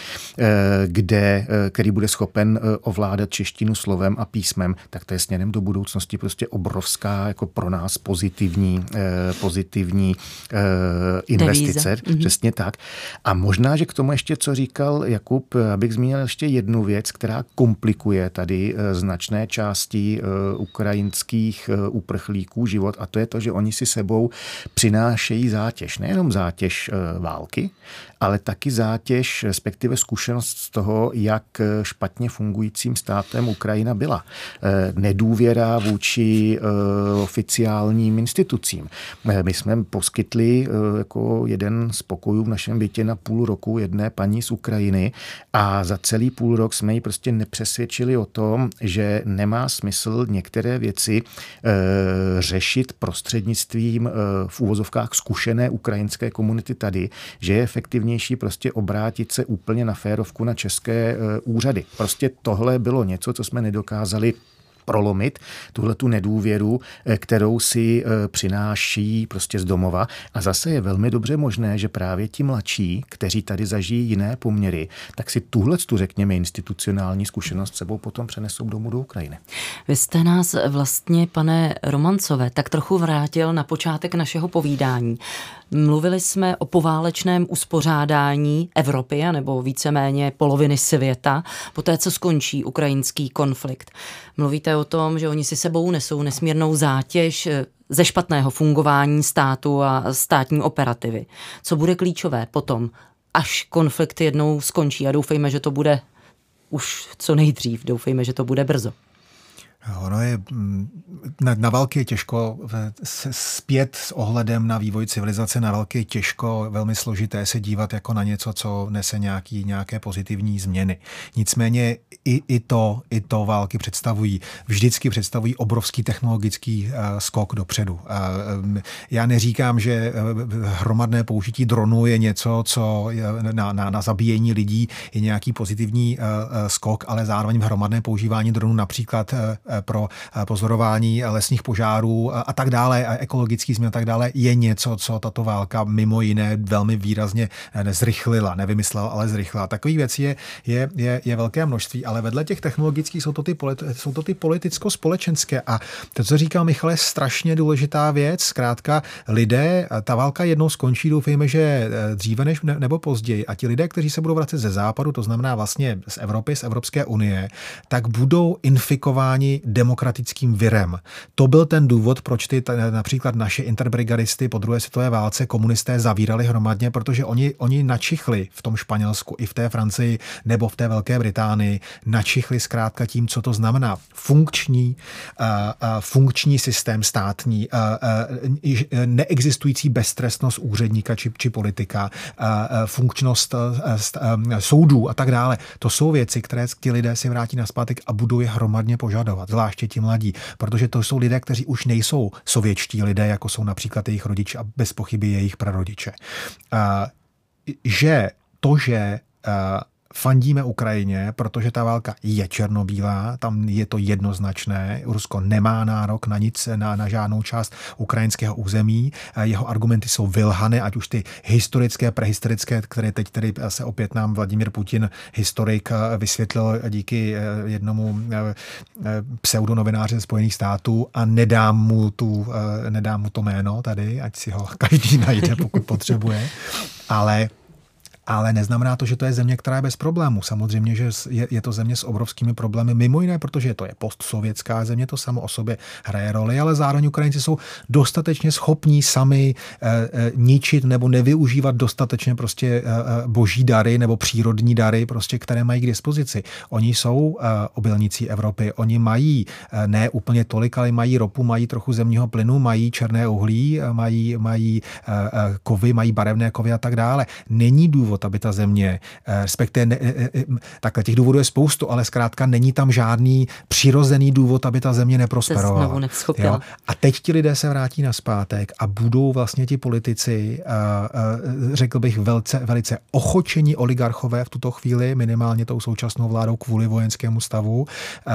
kde, který bude schopen ovládat češtinu slovem a písmem, tak to je směrem do budoucnosti prostě obrovská, jako pro nás pozitivní pozitivní uh, investice. Devíze. Přesně tak. A možná, že k tomu ještě, co říkal Jakub, abych zmínil ještě jednu věc, která komplikuje tady uh, značné části uh, ukrajinských uh, uprchlíků život, a to je to, že oni si sebou přinášejí zátěž. Nejenom zátěž uh, války, ale taky zátěž, respektive zkušenost z toho, jak špatně fungujícím státem Ukrajina byla. Uh, nedůvěra vůči uh, oficiálním institucím. My jsme poskytli jako jeden z pokojů v našem bytě na půl roku jedné paní z Ukrajiny a za celý půl rok jsme ji prostě nepřesvědčili o tom, že nemá smysl některé věci e, řešit prostřednictvím e, v úvozovkách zkušené ukrajinské komunity tady, že je efektivnější prostě obrátit se úplně na férovku na české e, úřady. Prostě tohle bylo něco, co jsme nedokázali prolomit, tuhle tu nedůvěru, kterou si přináší prostě z domova. A zase je velmi dobře možné, že právě ti mladší, kteří tady zažijí jiné poměry, tak si tuhle tu, řekněme, institucionální zkušenost sebou potom přenesou domů do Ukrajiny. Vy jste nás vlastně, pane Romancové, tak trochu vrátil na počátek našeho povídání. Mluvili jsme o poválečném uspořádání Evropy, nebo víceméně poloviny světa, poté, co skončí ukrajinský konflikt. Mluvíte o tom, že oni si sebou nesou nesmírnou zátěž ze špatného fungování státu a státní operativy. Co bude klíčové potom, až konflikt jednou skončí, a doufejme, že to bude už co nejdřív, doufejme, že to bude brzo. Ono je, na, na války je těžko zpět s ohledem na vývoj civilizace, na války je těžko, velmi složité se dívat jako na něco, co nese nějaký, nějaké pozitivní změny. Nicméně i, i, to, i to války představují, vždycky představují obrovský technologický uh, skok dopředu. Uh, já neříkám, že hromadné použití dronů je něco, co je na, na, na zabíjení lidí je nějaký pozitivní uh, skok, ale zároveň hromadné používání dronů například uh, pro pozorování lesních požárů a tak dále, a ekologický změn a tak dále, je něco, co tato válka mimo jiné velmi výrazně zrychlila, nevymyslela, ale zrychlila. Takových věcí je, je, je, je velké množství, ale vedle těch technologických jsou to ty, politi- jsou to ty politicko-společenské. A to, co říkal Michal, je strašně důležitá věc. Zkrátka lidé, ta válka jednou skončí, doufejme, že dříve než nebo později. A ti lidé, kteří se budou vracet ze západu, to znamená vlastně z Evropy, z Evropské unie, tak budou infikováni demokratickým virem. To byl ten důvod, proč ty například naše interbrigadisty po druhé světové válce komunisté zavírali hromadně, protože oni, oni načichli v tom Španělsku i v té Francii nebo v té Velké Británii, načichli zkrátka tím, co to znamená. Funkční, uh, uh, funkční systém státní, uh, uh, neexistující beztrestnost úředníka či, či politika, uh, uh, funkčnost uh, uh, soudů a tak dále. To jsou věci, které ti lidé si vrátí nazpátek a budou je hromadně požadovat, zvláště ti mladí, protože to jsou lidé, kteří už nejsou sovětští lidé, jako jsou například jejich rodiče a bez pochyby jejich prarodiče. Uh, že to, že uh, fandíme Ukrajině, protože ta válka je černobílá, tam je to jednoznačné. Rusko nemá nárok na nic, na, na žádnou část ukrajinského území. Jeho argumenty jsou vylhané, ať už ty historické, prehistorické, které teď tedy se opět nám Vladimír Putin, historik, vysvětlil díky jednomu pseudonovináři ze Spojených států a nedám mu, tu, nedám mu to jméno tady, ať si ho každý najde, pokud potřebuje. Ale Ale neznamená to, že to je země, která je bez problémů. Samozřejmě, že je, je to země s obrovskými problémy, mimo jiné, protože to je postsovětská země, to samo o sobě hraje roli, ale zároveň Ukrajinci jsou dostatečně schopní sami e, e, ničit nebo nevyužívat dostatečně prostě e, boží dary nebo přírodní dary, prostě, které mají k dispozici. Oni jsou e, obilníci Evropy, oni mají e, ne úplně tolik, ale mají ropu, mají trochu zemního plynu, mají černé uhlí, mají, mají e, e, kovy, mají barevné kovy a tak dále. Není důvod, aby ta země, respektive ne, takhle těch důvodů je spoustu, ale zkrátka není tam žádný přirozený důvod, aby ta země neprosperovala. Jo? A teď ti lidé se vrátí nazpátek a budou vlastně ti politici, řekl bych, velice, velice ochočení oligarchové v tuto chvíli, minimálně tou současnou vládou kvůli vojenskému stavu.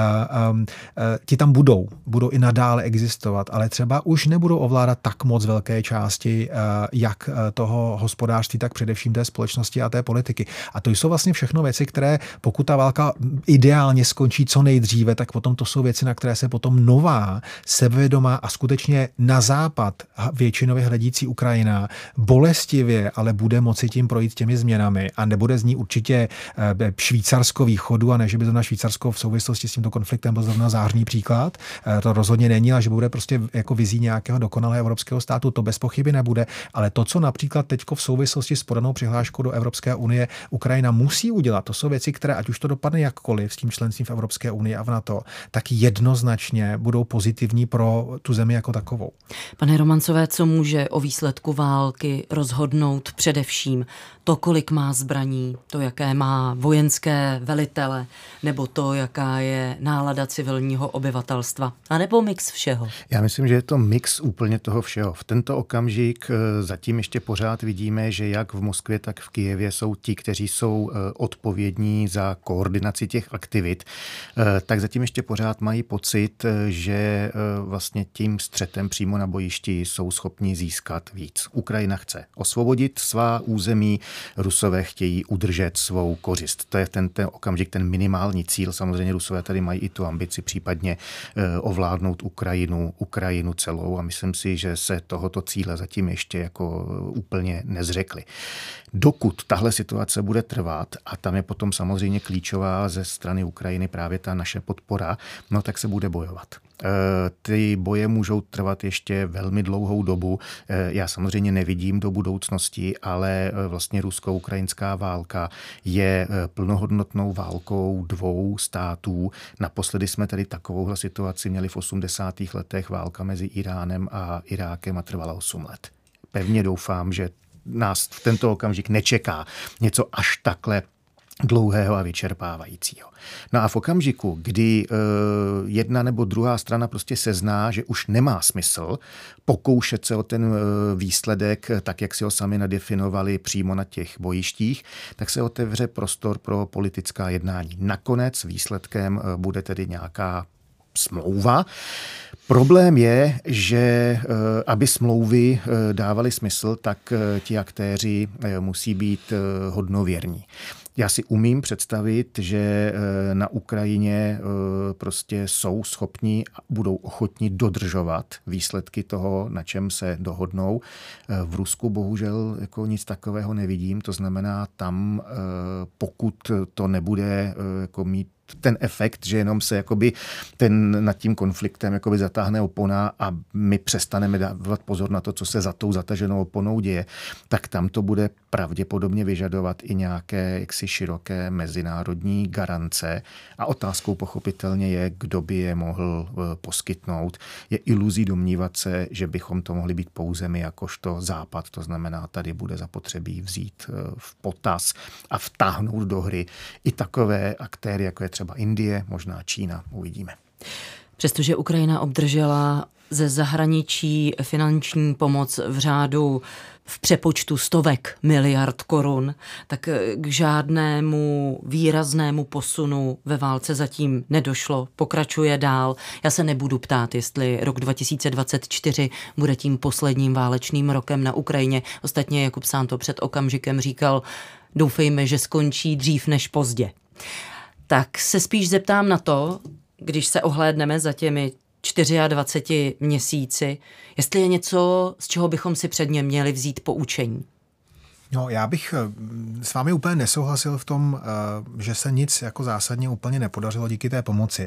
Ti tam budou, budou i nadále existovat, ale třeba už nebudou ovládat tak moc velké části, jak toho hospodářství, tak především té společnosti a té politiky. A to jsou vlastně všechno věci, které, pokud ta válka ideálně skončí co nejdříve, tak potom to jsou věci, na které se potom nová, sebevědomá a skutečně na západ většinově hledící Ukrajina bolestivě, ale bude moci tím projít těmi změnami a nebude z ní určitě Švýcarsko východu a ne, že by zrovna Švýcarsko v souvislosti s tímto konfliktem byl zrovna zářný příklad. To rozhodně není, ale že bude prostě jako vizí nějakého dokonalého evropského státu, to bez pochyby nebude, ale to, co například teďko v souvislosti s podanou přihláškou do Evropské unie Ukrajina musí udělat. To jsou věci, které, ať už to dopadne jakkoliv s tím členstvím v Evropské unii a v NATO, tak jednoznačně budou pozitivní pro tu zemi jako takovou. Pane Romancové, co může o výsledku války rozhodnout především to, kolik má zbraní, to, jaké má vojenské velitele, nebo to, jaká je nálada civilního obyvatelstva, a nebo mix všeho? Já myslím, že je to mix úplně toho všeho. V tento okamžik zatím ještě pořád vidíme, že jak v Moskvě, tak v Kyjevě jsou ti, kteří jsou odpovědní za koordinaci těch aktivit, tak zatím ještě pořád mají pocit, že vlastně tím střetem přímo na bojišti jsou schopni získat víc. Ukrajina chce osvobodit svá území, Rusové chtějí udržet svou kořist. To je ten, ten okamžik, ten minimální cíl. Samozřejmě Rusové tady mají i tu ambici případně ovládnout Ukrajinu, Ukrajinu celou a myslím si, že se tohoto cíle zatím ještě jako úplně nezřekli. Dokud pokud tahle situace bude trvat, a tam je potom samozřejmě klíčová ze strany Ukrajiny právě ta naše podpora, no tak se bude bojovat. Ty boje můžou trvat ještě velmi dlouhou dobu. Já samozřejmě nevidím do budoucnosti, ale vlastně rusko-ukrajinská válka je plnohodnotnou válkou dvou států. Naposledy jsme tady takovouhle situaci měli v osmdesátých letech, válka mezi Iránem a Irákem a trvala osm let. Pevně doufám, že nás v tento okamžik nečeká něco až takhle dlouhého a vyčerpávajícího. No a v okamžiku, kdy e, jedna nebo druhá strana prostě sezná, že už nemá smysl pokoušet se o ten e, výsledek, tak jak si ho sami nadefinovali přímo na těch bojištích, tak se otevře prostor pro politická jednání. Nakonec výsledkem e, bude tedy nějaká smlouva. Problém je, že aby smlouvy dávaly smysl, tak ti aktéři musí být hodnověrní. Já si umím představit, že na Ukrajině prostě jsou schopni a budou ochotni dodržovat výsledky toho, na čem se dohodnou. V Rusku bohužel jako nic takového nevidím, to znamená tam, pokud to nebude jako mít ten efekt, že jenom se jakoby ten nad tím konfliktem jakoby zatáhne opona a my přestaneme dávat pozor na to, co se za tou zataženou oponou děje, tak tam to bude pravděpodobně vyžadovat i nějaké jaksi široké mezinárodní garance a otázkou pochopitelně je, kdo by je mohl poskytnout. Je iluzí domnívat se, že bychom to mohli být pouze my jakožto Západ, to znamená, tady bude zapotřebí vzít v potaz a vtáhnout do hry i takové aktéry, jako je třeba třeba Indie, možná Čína, uvidíme. Přestože Ukrajina obdržela ze zahraničí finanční pomoc v řádu v přepočtu stovek miliard korun, tak k žádnému výraznému posunu ve válce zatím nedošlo. Pokračuje dál. Já se nebudu ptát, jestli rok dva tisíce dvacet čtyři bude tím posledním válečným rokem na Ukrajině. Ostatně Jakub Sán to před okamžikem říkal, doufejme, že skončí dřív než pozdě. Tak se spíš zeptám na to, když se ohlédneme za těmi dvaceti čtyřmi měsíci, jestli je něco, z čeho bychom si předně měli vzít poučení. No, já bych s vámi úplně nesouhlasil v tom, že se nic jako zásadně úplně nepodařilo díky té pomoci.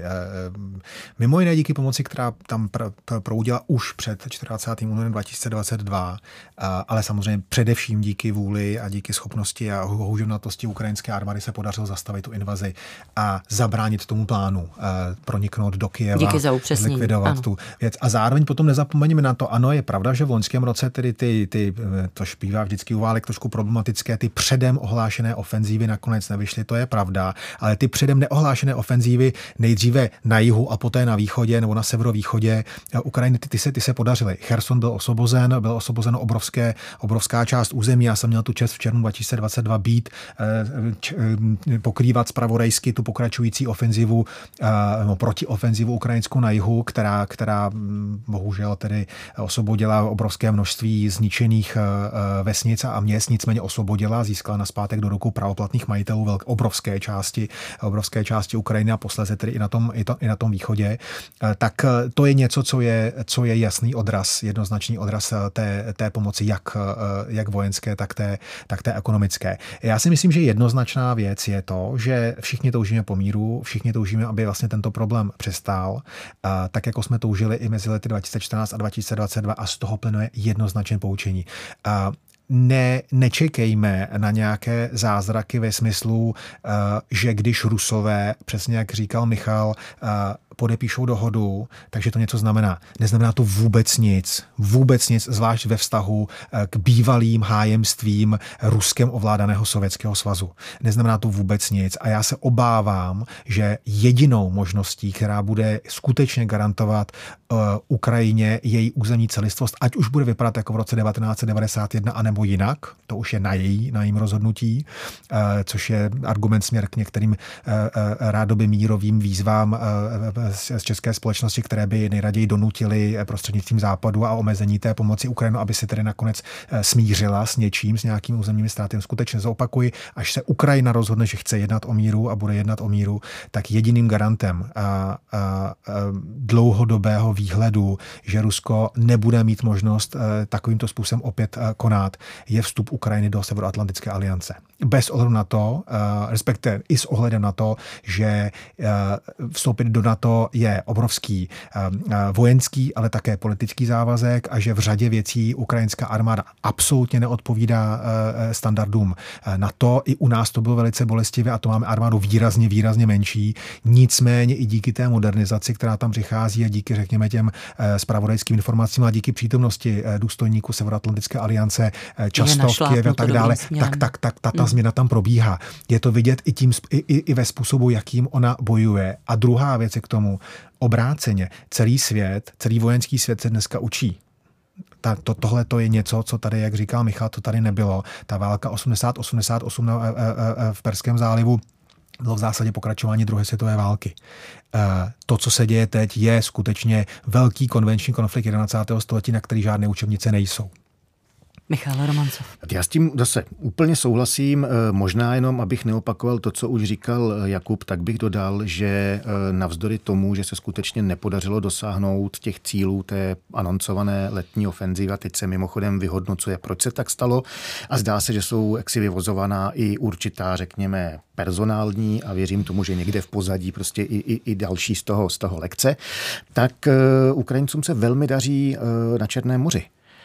Mimo jiné díky pomoci, která tam proudila už před dvacátým čtvrtým únorem dva tisíce dvacet dva, ale samozřejmě především díky vůli a díky schopnosti a houževnatosti ukrajinské armády se podařilo zastavit tu invazi a zabránit tomu plánu, proniknout do Kyjeva, zlikvidovat tu věc. A zároveň potom nezapomeňme na to, ano, je pravda, že v loňském roce tedy ty, ty to bývá vždycky u válek trošku problematické, ty předem ohlášené ofenzívy nakonec nevyšly, to je pravda, ale ty předem neohlášené ofenzívy nejdříve na jihu a poté na východě nebo na severovýchodě Ukrajiny, ty, ty, se, ty se podařily. Cherson byl osvobozen, byl osvobozen obrovské, obrovská část území. Já jsem měl tu čest v červnu dva tisíce dvacet dva být, č, pokrývat zpravodajsky tu pokračující ofenzivu, no, protiofenzivu ukrajinskou na jihu, která, která bohužel tedy osvobodila obrovské množství zničených vesnic a měst, nicméně osvobodila, získala nazpátek do rukou pravoplatných majitelů velk, obrovské části, obrovské části Ukrajiny a posléze tedy i na tom, i, to, i na tom východě. Tak to je něco, co je, co je jasný odraz, jednoznačný odraz té, té pomoci, jak, jak vojenské, tak té, tak té ekonomické. Já si myslím, že jednoznačná věc je to, že všichni toužíme po míru, všichni toužíme, aby vlastně tento problém přestál, tak jako jsme toužili i mezi lety dva tisíce čtrnáct a dva tisíce dvacet dva a z toho plynuje jednoznačné poučení. Ne, nečekejme na nějaké zázraky ve smyslu, že když Rusové, přesně jak říkal Michal, podepíšou dohodu, takže to něco znamená. Neznamená to vůbec nic. Vůbec nic, zvlášť ve vztahu k bývalým hájemstvím Ruskem ovládaného Sovětského svazu. Neznamená to vůbec nic. A já se obávám, že jedinou možností, která bude skutečně garantovat uh, Ukrajině její územní celistvost, ať už bude vypadat jako v roce devatenáct set devadesát jedna, anebo jinak, to už je na její, na jejím rozhodnutí, uh, což je argument směr k některým uh, uh, rádoby mírovým výzvám uh, z české společnosti, které by nejraději donutili prostřednictvím Západu a omezení té pomoci Ukrajinu, aby se tedy nakonec smířila s něčím, s nějakým územními ztráty. Skutečně zopakuji, až se Ukrajina rozhodne, že chce jednat o míru a bude jednat o míru, tak jediným garantem a, a, a dlouhodobého výhledu, že Rusko nebude mít možnost takovýmto způsobem opět konat, je vstup Ukrajiny do Severoatlantické aliance. Bez ohledu na to, respektive i s ohledem na to, že vstoupit do NATO je obrovský vojenský, ale také politický závazek a že v řadě věcí ukrajinská armáda absolutně neodpovídá standardům NATO. I u nás to bylo velice bolestivé a to máme armádu výrazně, výrazně menší. Nicméně i díky té modernizaci, která tam přichází a díky, řekněme, těm zpravodajským informacím a díky přítomnosti důstojníků Severoatlantické aliance často v Kyjevě a tak dále, tak, tak, tak ta, ta mm. změna tam probíhá. Je to vidět i, tím, i, i, i ve způsobu, jakým ona bojuje. A druhá věc je k tomu obráceně. Celý svět, celý vojenský svět se dneska učí. Ta, to, tohle to je něco, co tady, jak říkal Michal, to tady nebylo. Ta válka osmdesát osmdesát osm na, v Perském zálivu bylo v zásadě pokračování druhé světové války. To, co se děje teď, je skutečně velký konvenční konflikt jedenadvacátého století, na který žádné učebnice nejsou. Michal Romancov. Já s tím zase úplně souhlasím. Možná jenom, abych neopakoval to, co už říkal Jakub, tak bych dodal, že navzdory tomu, že se skutečně nepodařilo dosáhnout těch cílů té anoncované letní ofenzivy, a teď se mimochodem vyhodnocuje, proč se tak stalo a zdá se, že jsou jaksi vyvozovaná i určitá, řekněme, personální a věřím tomu, že někde v pozadí prostě i, i, i další z toho, z toho lekce, tak Ukrajincům se velmi daří na Černém moři.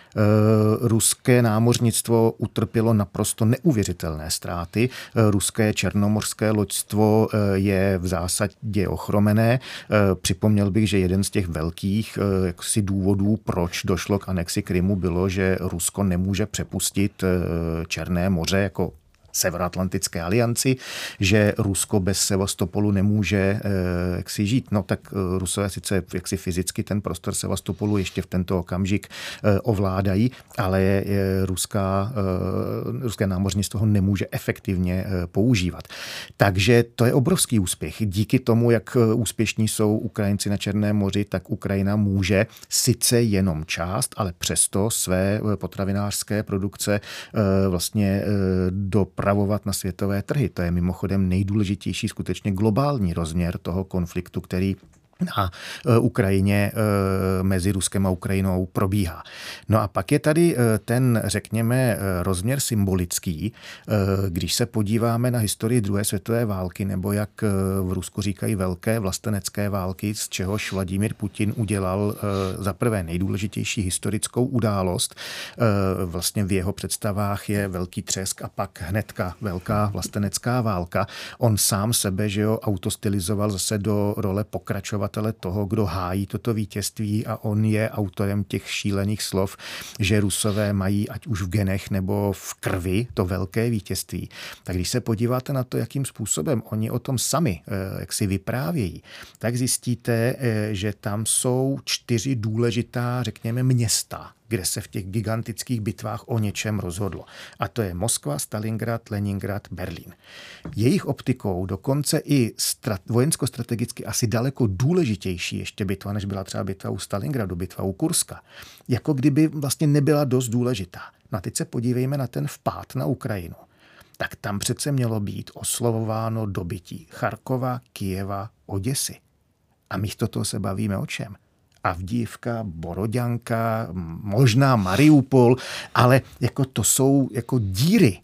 Ruské námořnictvo utrpělo naprosto neuvěřitelné ztráty. Ruské černomořské loďstvo je v zásadě ochromené. Připomněl bych, že jeden z těch velkých jaksi důvodů, proč došlo k anexi Krymu, bylo, že Rusko nemůže přepustit Černé moře jako Severoatlantické alianci, že Rusko bez Sevastopolu nemůže eh, jaksi žít. No tak eh, Rusové sice jaksi fyzicky ten prostor Sevastopolu ještě v tento okamžik eh, ovládají, ale eh, ruská, eh, ruské námořnictvo ho nemůže efektivně eh, používat. Takže to je obrovský úspěch. Díky tomu, jak úspěšní jsou Ukrajinci na Černém moři, tak Ukrajina může sice jenom část, ale přesto své potravinářské produkce eh, vlastně eh, do pravovat na světové trhy. To je mimochodem nejdůležitější skutečně globální rozměr toho konfliktu, který na Ukrajině mezi Ruskem a Ukrajinou probíhá. No a pak je tady ten, řekněme, rozměr symbolický, když se podíváme na historii druhé světové války, nebo jak v Rusku říkají velké vlastenecké války, z čehož Vladimír Putin udělal za prvé nejdůležitější historickou událost. Vlastně v jeho představách je velký třesk a pak hnedka velká vlastenecká válka. On sám sebe, že jo, autostylizoval zase do role pokračovat toho, kdo hájí toto vítězství a on je autorem těch šílených slov, že Rusové mají ať už v genech nebo v krvi to velké vítězství. Tak když se podíváte na to, jakým způsobem oni o tom sami jak si vyprávějí, tak zjistíte, že tam jsou čtyři důležitá, řekněme, města, kde se v těch gigantických bitvách o něčem rozhodlo. A to je Moskva, Stalingrad, Leningrad, Berlín. Jejich optikou dokonce i strat, vojensko-strategicky asi daleko důležitější ještě bitva, než byla třeba bitva u Stalingradu, bitva u Kurska. Jako kdyby vlastně nebyla dost důležitá. No a teď se podívejme na ten vpád na Ukrajinu. Tak tam přece mělo být oslovováno dobytí Charkova, Kyjeva, Oděsy. A místo toho se bavíme o čem? Avdijivka, Boroďanka, možná Mariupol, ale jako to jsou jako díry.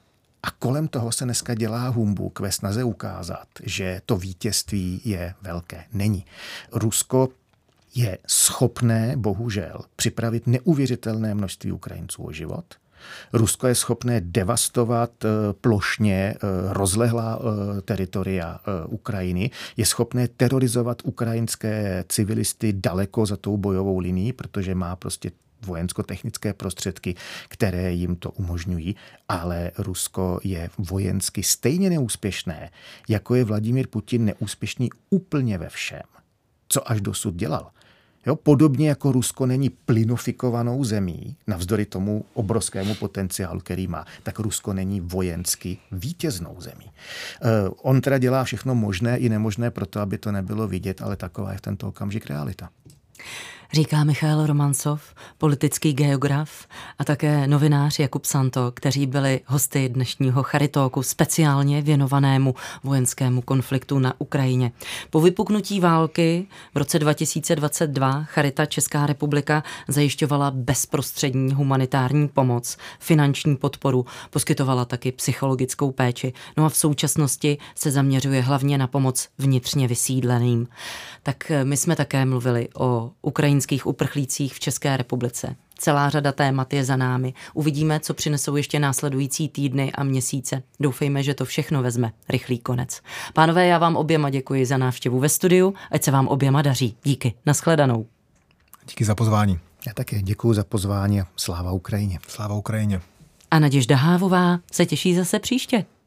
A kolem toho se dneska dělá humbuk ve snaze ukázat, že to vítězství je velké. Není. Rusko je schopné, bohužel, připravit neuvěřitelné množství Ukrajinců o život. Rusko je schopné devastovat plošně rozlehlá teritoria Ukrajiny, je schopné terorizovat ukrajinské civilisty daleko za tou bojovou linií, protože má prostě vojensko-technické prostředky, které jim to umožňují, ale Rusko je vojensky stejně neúspěšné, jako je Vladimír Putin neúspěšný úplně ve všem, co až dosud dělal. Jo, podobně jako Rusko není plynofikovanou zemí, navzdory tomu obrovskému potenciálu, který má, tak Rusko není vojensky vítěznou zemí. Uh, on teda dělá všechno možné i nemožné pro to, aby to nebylo vidět, ale taková je v tento okamžik realita. Říká Michael Romancov, politický geograf a také novinář Jakub Santo, kteří byli hosty dnešního Charitalku speciálně věnovanému vojenskému konfliktu na Ukrajině. Po vypuknutí války v roce dva tisíce dvacet dva Charita Česká republika zajišťovala bezprostřední humanitární pomoc, finanční podporu, poskytovala taky psychologickou péči. No a v současnosti se zaměřuje hlavně na pomoc vnitřně vysídleným. Tak my jsme také mluvili o ukrajinských uprchlících v České republice. Celá řada témat je za námi. Uvidíme, co přinesou ještě následující týdny a měsíce. Doufejme, že to všechno vezme rychlý konec. Pánové, já vám oběma děkuji za návštěvu ve studiu, ať se vám oběma daří. Díky. Naschledanou. Díky za pozvání. Já také děkuji za pozvání a sláva Ukrajině. Sláva Ukrajině. A Naděžda Hávová se těší zase příště.